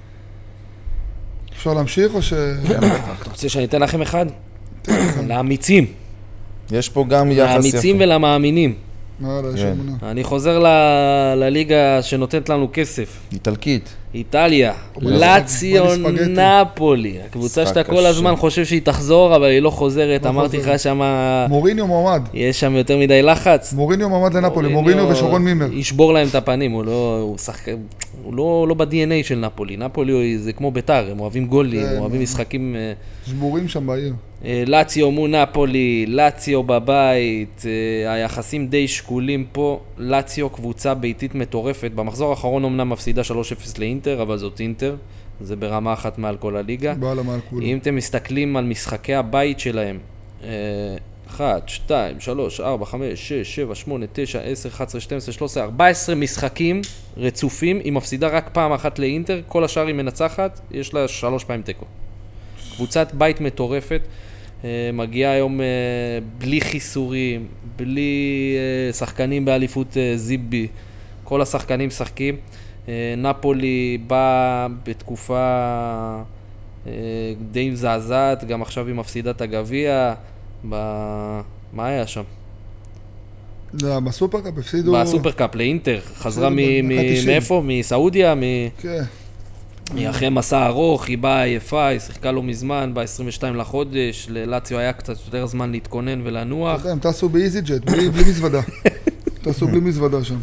אפשר להמשיך או ש... אתה רוצה שאני אתן לכם אחד? לאמיצים. יש פה גם יחס לאמיצים יפה. ולמאמינים. יאללה, יש כן. אמונה. אני חוזר ל- לליגה שנותנת לנו כסף. איטלקית. איטליה, בוא לאציו נספגטי. נפולי. הקבוצה משחק שאתה כל קשה. הזמן חושב שהיא תחזור, אבל היא לא חוזרת. לא אמרתי חוזרת. לך שמה... מוריניו מועמד. יש שם יותר מדי לחץ. מוריניו מועמד לנפולי. מוריניו ושרון מימר. ישבור להם את הפנים, הוא לא... הוא שחק... הוא לא, לא ב-די אן איי של נפולי. נפולי זה כמו ביתר, הם אוהבים גולים, כן. אוהבים משחקים... אה, שבורים שם בעיר. אה, לאציו מול נפולי, לאציו בבית, אה, היחסים די שקולים פה. לאציו קבוצה ביתית מטורפת. במחזור האחרון אמנם מפסידה שלוש אפס לאינטר, אבל זאת אינטר. זה ברמה אחת מעל כל הליגה. בעל המעל כולו. אם אתם מסתכלים על משחקי הבית שלהם, אחת, שתיים, שלוש, ארבע, חמש, שש, שבע, שמונה, תשע, עשר, אחת עשרה, שתים עשרה, שלוש עשרה, ארבע עשרה משחקים רצופים, היא מפסידה רק פעם אחת לאינטר, כל השאר היא מנצחת, יש לה שלוש פעמים תיקו. קבוצת בית מטורפת, אה, מגיעה היום אה, בלי חיסורים, בלי אה, שחקנים באליפות אה, זיבי, כל השחקנים משחקים. אה, נפולי באה בתקופה אה, די מזעזעת, גם עכשיו היא מפסידה את הגביע. ב... מה היה שם? לא, בסופרקאפ הפסידו... בסופרקאפ לאינטר, חזרה מ... בסדר, מ... דקה תשעים. מאיפה? מסעודיה? מ... כן. היא אחרי מסע ארוך, היא באה עייפה, היא שיחקה לא מזמן, ב-עשרים ושניים לחודש, ללאציו היה קצת יותר זמן להתכונן ולנוח. אתה יודע, הם טסו באיזי ג'ט, בלי מזוודה. טסו בלי מזוודה שם.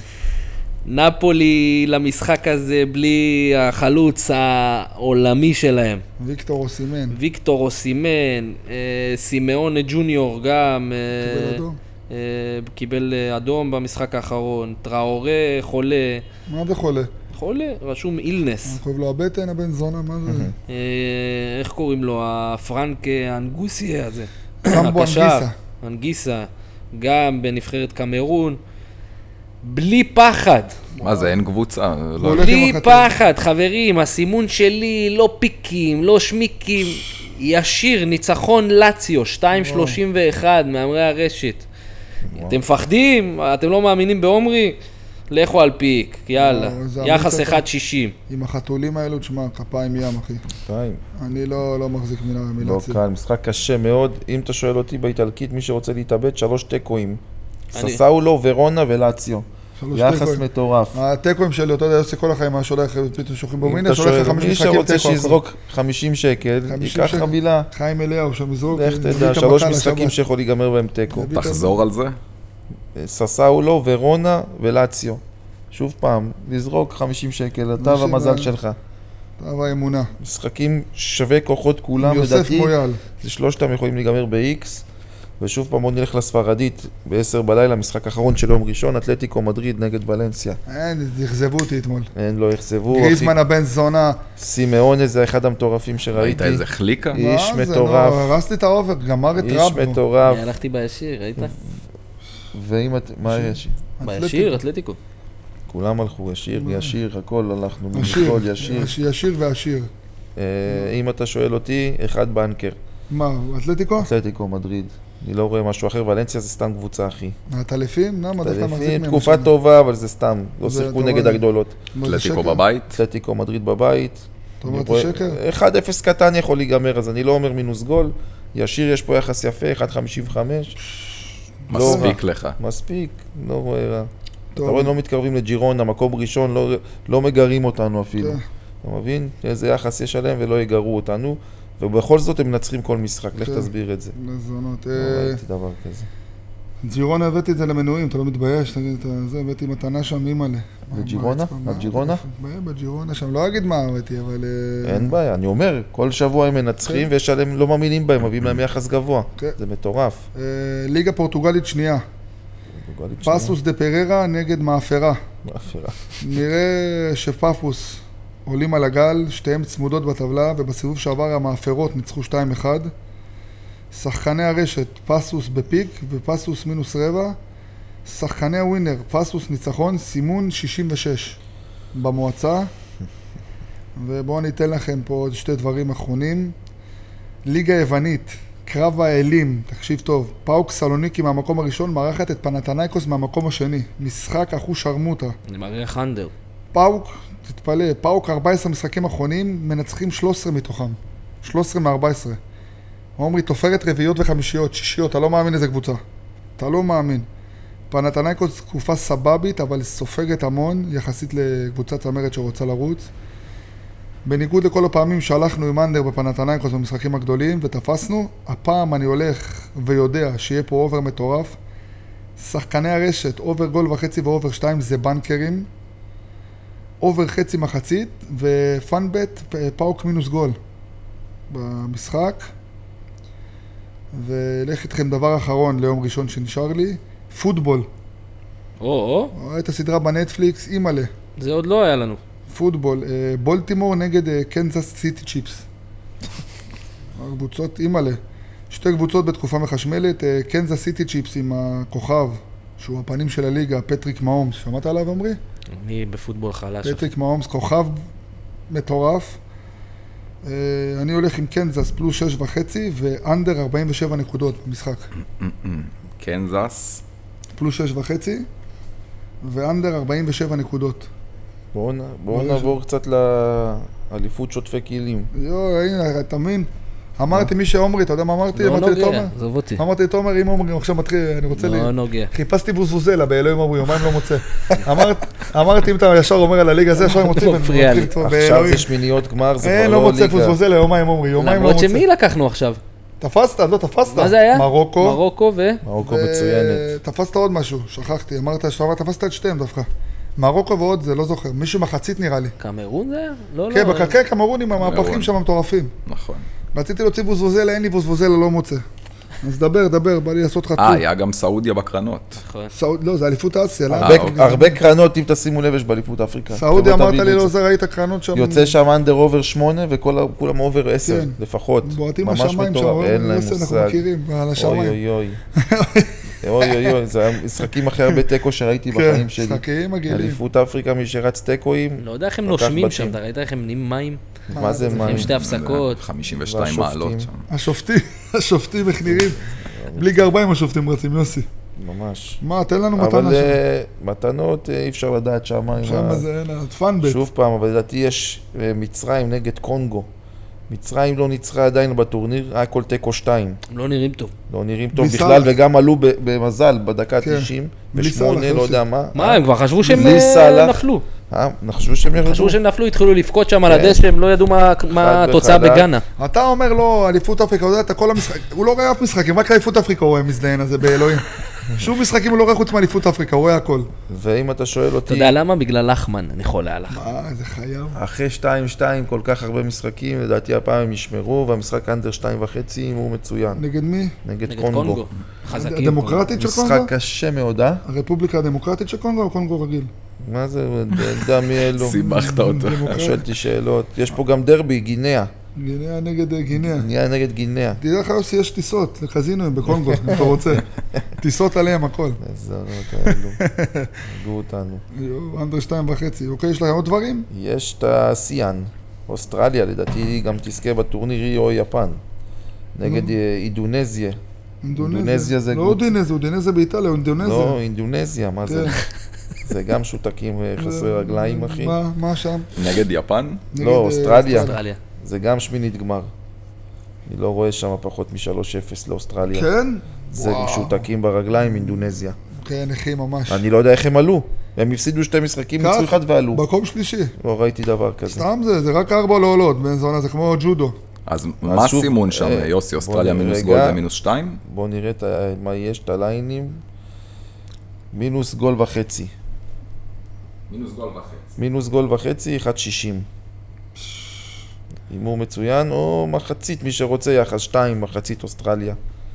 נפולי למשחק הזה בלי החלוץ העולמי שלהם. ויקטור אוסימן. ויקטור אוסימן, סימאונה ג'וניור גם. קיבל אדום. קיבל אדום במשחק האחרון. טראורה חולה. מה זה חולה? חולה, רשום אילנס. חושב לו הבטן, הבן זונה, מה זה? איך קוראים לו? הפרנק האנגוסיה הזה. סמבו אנגיסה. אנגיסה, גם בנבחרת קמרון. בלי פחד. מה זה, אין קבוצה? בלי פחד, חברים, הסימון שלי לא פיקים, לא שמיקים, ישיר, ניצחון לאציו, שתיים שלושים ואחת, מאמרי הרשת. אתם מפחדים? אתם לא מאמינים בעומרי? לכו על פיק, יאללה. יחס אחד שישים. עם החתולים האלו, תשמע, כפיים ים, אחי. כפיים. אני לא מחזיק מילה לא ציל. קל, משחק קשה מאוד. אם אתה שואל אותי באיטלקית, מי שרוצה להתאבד, שלוש טקואים. ססאולו, ורונה ולאציו. יחס מטורף. הטקואים שלי, אתה יודע, יוסי כל החיים, מה שולח, פתאום שולחים בו, הנה, שולח לך חמישים מי משחקים שרוצה טקו. שיזרוק חמישים שקל, ייקח חבילה. חיים אליהו, שם יזרוק. לך תדע, שלוש משחקים שיכול להיגמר בהם טקו. תחזור על זה. ססאולו, ורונה ולאציו. שוב פעם, לזרוק חמישים שקל, אתה והמזל שלך. אתה והאמונה. משחקים שווה כוחות כולם, יוסף מויאל. זה שלושתם יכולים להיגמר ב-X. ושוב פעם עוד נלך לספרדית, ב-עשר בלילה, משחק אחרון של יום ראשון, אתלטיקו מדריד נגד ולנסיה. אין, יחזבו אותי אתמול. אין, לא יחזבו. גריזמן הבן זונה. סימאונה זה אחד המטורפים שראיתי. ראית איזה חליקה? איש מטורף. הרס לי את האובר, גמר את רבו. איש מטורף. אני הלכתי בישיר, ראית? ואם את... מה ישיר? בישיר, אתלטיקו. כולם הלכו ישיר, ישיר, הכל הלכנו. ישיר, ישיר. ישיר ועשיר. אם אתה שואל אותי, אחד בנקר. מה, אתלטיקו? אתלטיקו מדריד. אני לא רואה משהו אחר, ולנסיה זה סתם קבוצה, אחי. הטלפים? למה דווקא מחזיק מהם? תקופה טובה, אבל זה סתם. לא שיחקו נגד הגדולות. אתלטיקו בבית? אתלטיקו מדריד בבית. אתה אומר את השקר? אחד אפס קטן יכול להיגמר, אז אני לא אומר מינוס גול. ישיר יש פה יחס יפה, אחד חמישים וחמש. מספיק לך. מספיק, לא רואה רע. אתה רואה, לא מתקרבים לג'ירונה, מקום ראשון, לא מגרים אותנו אפילו. אתה מבין? איזה יחס יש עליהם ולא יגרו אותנו. ובכל זאת הם מנצחים כל משחק, לך תסביר את זה. לזונות. לא ראיתי דבר כזה. ג'ירונה הבאתי את זה למנויים, אתה לא מתבייש, תגיד את זה, הבאתי מתנה שם אימא'לה. בג'ירונה? בג'ירונה? בג'ירונה שם, לא אגיד מה הבאתי, אבל... אין בעיה, אני אומר, כל שבוע הם מנצחים ויש עליהם לא מאמינים בהם, מביאים להם יחס גבוה. זה מטורף. ליגה פורטוגלית שנייה. פסוס דה פררה נגד מאפרה. מאפרה. נראה שפפוס עולים על הגל, שתיהם צמודות בטבלה, ובסיבוב שעבר המאפרות ניצחו שתיים אחד. שחקני הרשת, פסוס בפיק ופסוס מינוס רבע. שחקני הווינר, פסוס ניצחון, סימון שישים ושש במועצה. ובואו ניתן לכם פה עוד שתי דברים אחרונים. ליגה יוונית, קרב האלים, תקשיב טוב, פאוק סלוניקי מהמקום הראשון, מארחת את פנתנייקוס מהמקום השני. משחק אחוש שרמוטה. אני מראה חנדר. פאוק, תתפלא, פאוק ארבעה עשר משחקים אחרונים, מנצחים שלוש עשרה מתוכם. שלוש עשרה מ-ארבע עשרה. אומרי, תופרת רביעיות וחמישיות, שישיות, אתה לא מאמין איזה קבוצה. אתה לא מאמין. פנתנייקוס תקופה סבבית, אבל סופגת המון, יחסית לקבוצת צמרת שרוצה לרוץ. בניגוד לכל הפעמים שהלכנו עם אנדר בפנתנייקוס במשחקים הגדולים ותפסנו, הפעם אני הולך ויודע שיהיה פה אובר מטורף. שחקני הרשת, אובר גול וחצי ואובר שתיים זה בנקרים. אובר חצי מחצית ופאנבט פאוק מינוס גול במשחק. ולך איתכם דבר אחרון ליום ראשון שנשאר לי, פוטבול. או, או. את הסדרה בנטפליקס, אימאלה. זה עוד לא היה לנו. פוטבול, בולטימור נגד קנזס סיטי צ'יפס. קבוצות אימאלה. שתי קבוצות בתקופה מחשמלת, קנזס סיטי צ'יפס עם הכוכב, שהוא הפנים של הליגה, פטריק מאומס. שמעת עליו, אמרי? אני בפוטבול חלש. פטריק מאומס, כוכב מטורף. אני הולך עם קנזס פלוס שש וחצי ואנדר ארבעים ושבע נקודות במשחק. קנזס. פלוס שש וחצי ואנדר ארבעים ושבע נקודות. בואו נעבור קצת לאליפות שוטפי כלים. יו, הנה, אתה מבין? אמרתי מי שעומרי, אתה יודע מה אמרתי? לא אמרתי נוגע, לתומר? עזוב אותי. אמרתי לתומר, אם עומרי עכשיו מתחיל, אני רוצה לי... לא נוגע. חיפשתי בוזבוזלה, באלוהים עומרי, יומיים לא מוצא. אמרתי, אם אתה ישר אומר על הליגה הזה, ישר מוצאים, מפריע לי. עכשיו זה שמיניות גמר, זה אין, כבר לא לא מוצא ליגה. בוזבוזלה, יומיים עומרי, יומיים לא למרות מוצא. שמי לקחנו עכשיו? תפסת, לא תפסת. מה זה היה? מרוקו. מרוקו ו... מרוקו מצוינת. תפסת עוד משהו, שכחתי, אמרת שאתה תפסת את שתיהם דווקא. מרוקו ועוד זה, לא זוכר, מישהו מחצית נראה לי. קמרון זה היה? לא, כן, לא. בקרקע קמרונים, המהפכים קמרון. שם מטורפים. נכון. רציתי להוציא בוזבוזלה, אין לי בוזבוזלה, לא מוצא. אז דבר, דבר, בא לי לעשות לך אה, טור. היה גם סעודיה בקרנות. נכון. סעוד- לא, זה אליפות אסיה, למה? הרבה- אוקיי. הרבה קרנות, אם תשימו לב, יש באליפות אפריקה. סעודיה תבוא אמרת תבינו לי, את לא זה. זה, ראית קרנות שם. יוצא שם אנדר אובר שמונה וכולם אובר עשר כן. לפחות. בועטים ממש השמיים שם, מטורף, אין להם יוסי, אנחנו מושג. מכירים, על אוי השמיים. אוי אוי. אוי אוי אוי, זה המשחקים הכי הרבה תיקו שראיתי כן, בחיים שלי. משחקים מגעילים. אליפות אפריקה, מי שרץ תיקואים, לא יודע איך הם לקח נושמים בתים. שם, אתה ראית איך הם נהיים מים? מה זה זה מים? עם שתי הפסקות. חמישים ושתיים והשופטים. מעלות שם. השופטים, השופטים איך נראים. בלי גרביים השופטים רצים, יוסי. ממש. מה, תן לנו מתנה אבל שם. אה, מתנות אה, אי אפשר לדעת שם. עם שם ה- זה, אין, פאנבט. שוב פעם, אבל לדעתי יש אה, מצרים נגד קונגו. מצרים לא ניצחה עדיין בטורניר, היה כל תיקו שתיים. הם לא נראים טוב. לא נראים טוב בלי בכלל, סלאח. וגם עלו ב- במזל בדקה כן. תשעים בלי ושמונה, סלאח, לא יוסי. יודע מה. מה, הם כבר חשבו שהם בלי אה, סלאח. נפלו. אה, נחשבו שהם ירדו. חשבו שהם נפלו, התחילו לבכות שם על כן. הדשא, הם לא ידעו מה- מה התוצאה וחלק. בגאנה. אתה אומר לו, אליפות אפריקה, הוא יודע, אתה כל המשחק, הוא לא רואה אף משחקים, רק אליפות אפריקה הוא רואה מזדיין הזה, באלוהים. שום משחקים הוא לא רואה חוץ מאליפות אפריקה, הוא רואה הכל. ואם אתה שואל אתה אותי, יודע למה? בגלל לחמן, אני חולה על לחמן. מה, איזה חייב. אחרי שתיים שתיים כל כך הרבה משחקים, לדעתי הפעם הם ישמרו, והמשחק אנדר שתיים וחצי הוא מצוין. נגד מי? נגד נגד קונגו. קונגו. חזקים. הדמוקרטית של משחק קונגו? קשה מאוד, אה? הרפובליקה הדמוקרטית של קונגו או קונגו רגיל? מה זה, יודע מי אלו. סיבכת אותו. דמוקרטית. שואלתי שאלות. יש פה גם דרבי, גינאה. גינאה נגד אה, גינאה. גינאה נגד גינאה. תדע לך יוסי, יש טיסות לקזינואים בקונגו, אם אתה רוצה. טיסות עליהם הכל. איזה עונות האלו. הרגו אותנו. יואו, אנדר שתיים וחצי. אוקיי, יש לך עוד דברים? יש את הסיאן. אוסטרליה, לדעתי היא גם תזכה בטורניר, היא או יפן. נגד אה, אינדונזיה. אינדונזיה זה לא קבוצה. אינדונזיה, אינדונזיה באיטליה, אינדונזיה. לא, אינדונזיה, מה זה? כן. זה גם שותקים אה, חסרי רגליים, אחי. מה, מה שם? נגד יפן? נגד, לא, אה, אוסטרליה. אוסטרליה. זה גם שמינית גמר. אני לא רואה שם פחות מ-שלוש אפס לאוסטרליה. כן? זה וואו. משותקים ברגליים, אינדונזיה. כן, נכים ממש. אני לא יודע איך הם עלו. הם הפסידו שתי משחקים, כך, ניצחו אחד ועלו. מקום שלישי. לא ראיתי דבר כזה. סתם זה, זה רק ארבע לא עולות, בן זונה, זה כמו ג'ודו. אז מה שוב, הסימון שם, אה, יוסי? בוא אוסטרליה נראה מינוס רגע. גול ומינוס שתיים? בואו נראה את ה- מה יש, את הליינים. מינוס גול וחצי. מינוס גול וחצי. מינוס גול וחצי, אחד שישים. הימור מצוין, או מחצית, מי שרוצה, יחס שתיים, מחצית אוסטרליה.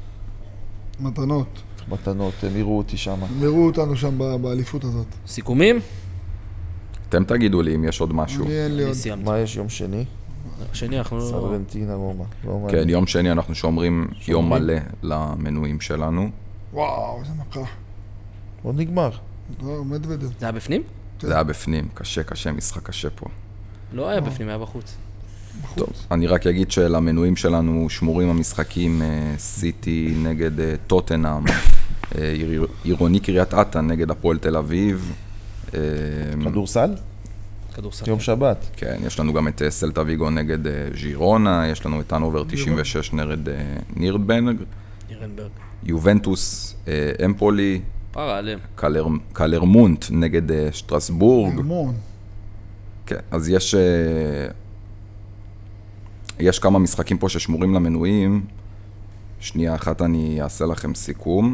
מתנות. מתנות, הם יראו אותי שם. הם יראו אותנו שם ב- באליפות הזאת. סיכומים? אתם תגידו לי אם יש עוד משהו. אני אין לי אני עוד. סיימתי. מה יש יום שני? שני, אנחנו לא... סלרנטינה רומא. לא כן, מעניין. יום שני אנחנו שומרים יום מלא למנויים שלנו. וואו, איזה מכה. עוד נגמר. לא, מדוודב. זה היה בפנים? זה היה בפנים, קשה קשה, משחק קשה פה. לא היה בפנים, היה בחוץ. טוב, אני רק אגיד שלמנויים שלנו שמורים המשחקים אה, סיטי נגד אה, טוטנאם, אה, עיר- עירוני קריית אתא נגד הפועל תל אביב. אה, כדורסל? כדורסל. יום שבת. כן, יש לנו גם את אה, סלטה ויגו נגד אה, ז'ירונה, יש לנו את הנובר תשעים ושש נגד אה, נירדברג, נירנברג. יובנטוס אה, אמפולי, פרה עליהם. קלר, קלרמונט נגד אה, שטרסבורג. המון. כן, אז יש, אה, יש כמה משחקים פה ששמורים למנויים. שנייה אחת אני אעשה לכם סיכום.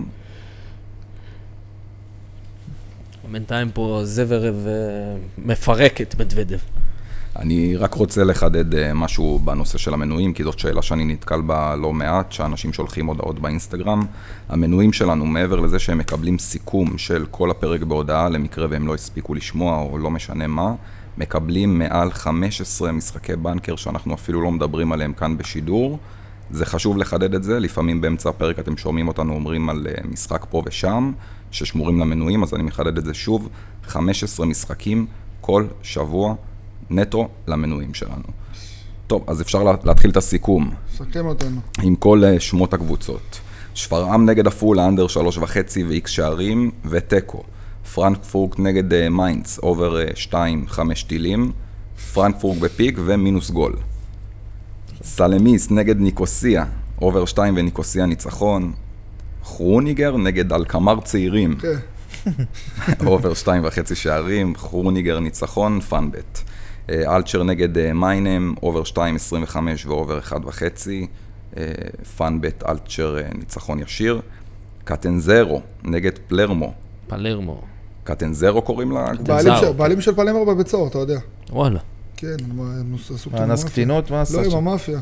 בינתיים פה זבר ומפרק את מדוודב. אני רק רוצה לחדד אה, משהו בנושא של המנויים, כי זאת שאלה שאני נתקל בה לא מעט, שאנשים שולחים הודעות באינסטגרם. המנויים שלנו, מעבר לזה שהם מקבלים סיכום של כל הפרק בהודעה, למקרה והם לא הספיקו לשמוע או לא משנה מה, מקבלים מעל חמישה עשר משחקי בנקר שאנחנו אפילו לא מדברים עליהם כאן בשידור. זה חשוב לחדד את זה, לפעמים באמצע הפרק אתם שומעים אותנו אומרים על אה, משחק פה ושם, ששמורים למנויים, אז אני מחדד את זה שוב, חמישה עשר משחקים כל שבוע, נטו למנויים שלנו. טוב, אז אפשר לה, להתחיל את הסיכום סכם אותנו. עם כל uh, שמות הקבוצות. שפרעם נגד עפולה, אנדר שלוש וחצי ואיקס שערים וטקו. פרנקפורט נגד uh, מיינץ, אובר uh, שתיים, חמש טילים. פרנקפורט בפיק ומינוס גול. סלמיס נגד ניקוסיה, אובר שתיים וניקוסיה ניצחון. כרוניגר נגד אלקמר צעירים, כן. אובר שתיים וחצי שערים, כרוניגר ניצחון, פאנבט. אלצ'ר נגד מיינם, אובר שתיים עשרים וחמש ואובר אחד וחצי, פאנבט אלצ'ר ניצחון ישיר. קטנזרו נגד פלרמו. פלרמו. קטנזרו קוראים לה? בעלים של- בעלים של פלמר בבית סוהר, אתה יודע. וואלה. כן, הם עשו מה, אנס קטינות? מה עשה לא, עם שם? המאפיה.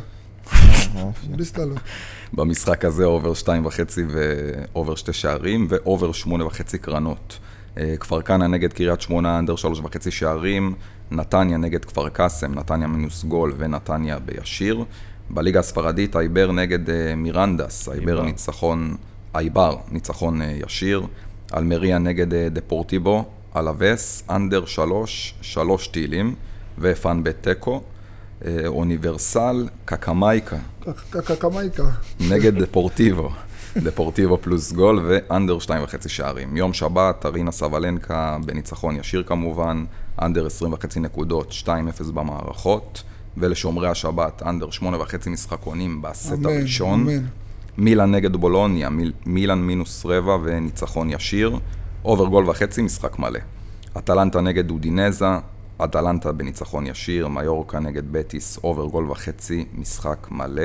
בלי סטלו. במשחק הזה אובר שתיים וחצי ואובר שתי שערים ואובר שמונה וחצי קרנות. כפר כנא נגד קריית שמונה, אנדר שלוש וחצי שערים, נתניה נגד כפר קאסם, נתניה מינוס גול ונתניה בישיר. בליגה הספרדית אייבר נגד מירנדס, אייבר ניצחון, אייבר ניצחון ישיר. אלמריה נגד דפורטיבו, אלווס, אנדר שלוש, שלוש טילים ופאנבט טקו. אוניברסל, קקמייקה קקמייקה. נגד דפורטיבו, דפורטיבו פלוס גול ואנדר שתיים וחצי שערים. יום שבת, ארינה סבלנקה בניצחון ישיר כמובן, אנדר עשרים וחצי נקודות, שתיים אפס במערכות, ולשומרי השבת, אנדר שמונה וחצי משחקונים בסט אמן, הראשון. אמן. מילאן נגד בולוניה, מיל, מילאן מינוס רבע וניצחון ישיר, אובר גול וחצי, משחק מלא. אטלנטה נגד אודינזה, אטלנטה בניצחון ישיר, מיורקה נגד בטיס, אובר גול וחצי, משחק מלא.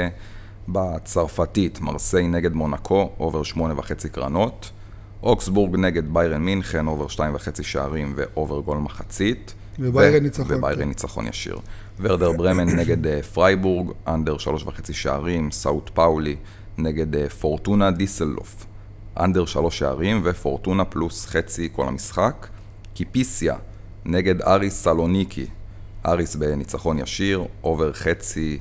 בצרפתית, מרסיי נגד מונקו, אובר שמונה וחצי קרנות. אוקסבורג נגד ביירן מינכן, אובר שתיים וחצי שערים ואובר גול מחצית. וביירן ניצחון. וביירן ניצחון ישיר. ורדר ברמן נגד פרייבורג, אנדר שלוש וחצי שערים, סאוט פאולי נגד פורטונה דיסלוף, אנדר שלוש שערים ופורטונה פלוס חצי כל המשחק. קיפיסיה נגד אריס סלוניקי, אריס בניצחון ישיר, אובר חצי,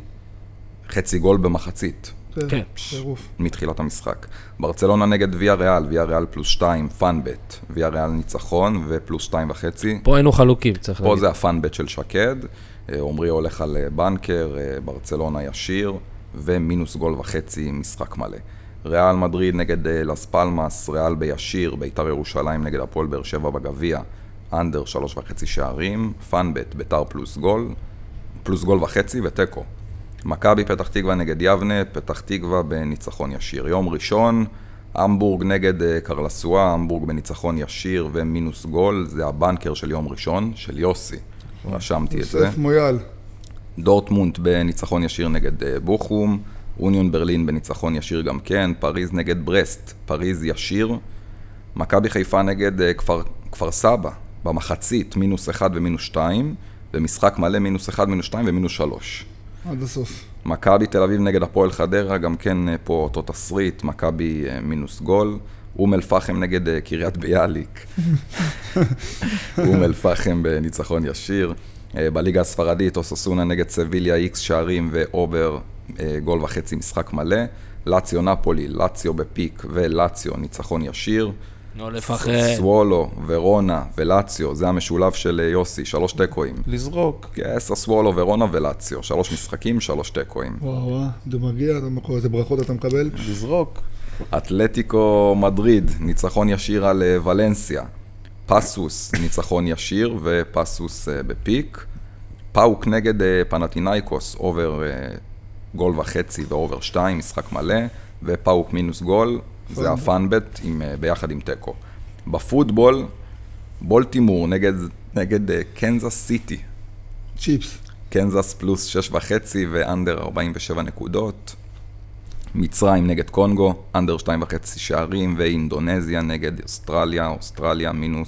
חצי גול במחצית. כן. טירוף. מתחילת המשחק. ברצלונה נגד ויה ריאל, ויה ריאל פלוס שתיים, פאנבט, ויה ריאל ניצחון ופלוס שתיים וחצי. פה היינו חלוקים, צריך להגיד. פה זה הפאנבט של שקד, עומרי הולך על בנקר, ברצלונה ישיר, ומינוס גול וחצי משחק מלא. ריאל מדריד נגד לס פלמאס, ריאל בישיר, ביתר ירושלים נגד הפועל באר שבע בגביע, אנדר שלוש וחצי שערים, פאנבט, ביתר פלוס גול, פלוס גול וחצי וטקו. מכבי פתח תקווה נגד יבנה, פתח תקווה בניצחון ישיר. יום ראשון, המבורג נגד קרלסואה, המבורג בניצחון ישיר ומינוס גול, זה הבנקר של יום ראשון, של יוסי. רשמתי את זה. יוסף מויאל. דורטמונד בניצחון ישיר נגד בוכום, אוניון ברלין בניצחון ישיר גם כן, פריז נגד ברסט, פריז ישיר. מכבי חיפה נגד כפר, כפר סבא, במחצית מינוס אחד ומינוס שתיים, במשחק מלא מינוס אחד, מינוס שתיים ומינוס שלוש. עד הסוף. מכבי תל אביב נגד הפועל חדרה, גם כן פה אותו תסריט, מכבי מינוס גול. אום אל פחם נגד קריית ביאליק. אום אל פחם בניצחון ישיר. בליגה הספרדית, אוססונה נגד סביליה, איקס שערים ואובר גול וחצי משחק מלא. לאציו נפולי, לאציו בפיק ולאציו ניצחון ישיר. לא לפחד. סוולו ורונה ולאציו, זה המשולב של יוסי, שלוש טקואים. לזרוק. כן, סוולו ורונה ולאציו, שלוש משחקים, שלוש טקואים. וואו וואו, זה מגיע, אתה מקור, איזה ברכות אתה מקבל. לזרוק. אתלטיקו מדריד, ניצחון ישיר על ולנסיה. פסוס, ניצחון ישיר ופסוס בפיק. פאוק נגד פנטינאיקוס, אובר גול וחצי ואובר שתיים, משחק מלא. ופאוק מינוס גול, זה הפאנבט ביחד עם טקו. בפוטבול, בולטימור נגד, נגד קנזס סיטי. צ'יפס. קנזס פלוס שש וחצי ואנדר ארבעים ושבע נקודות. מצרים נגד קונגו, אנדר שתיים וחצי שערים, ואינדונזיה נגד אוסטרליה, אוסטרליה מינוס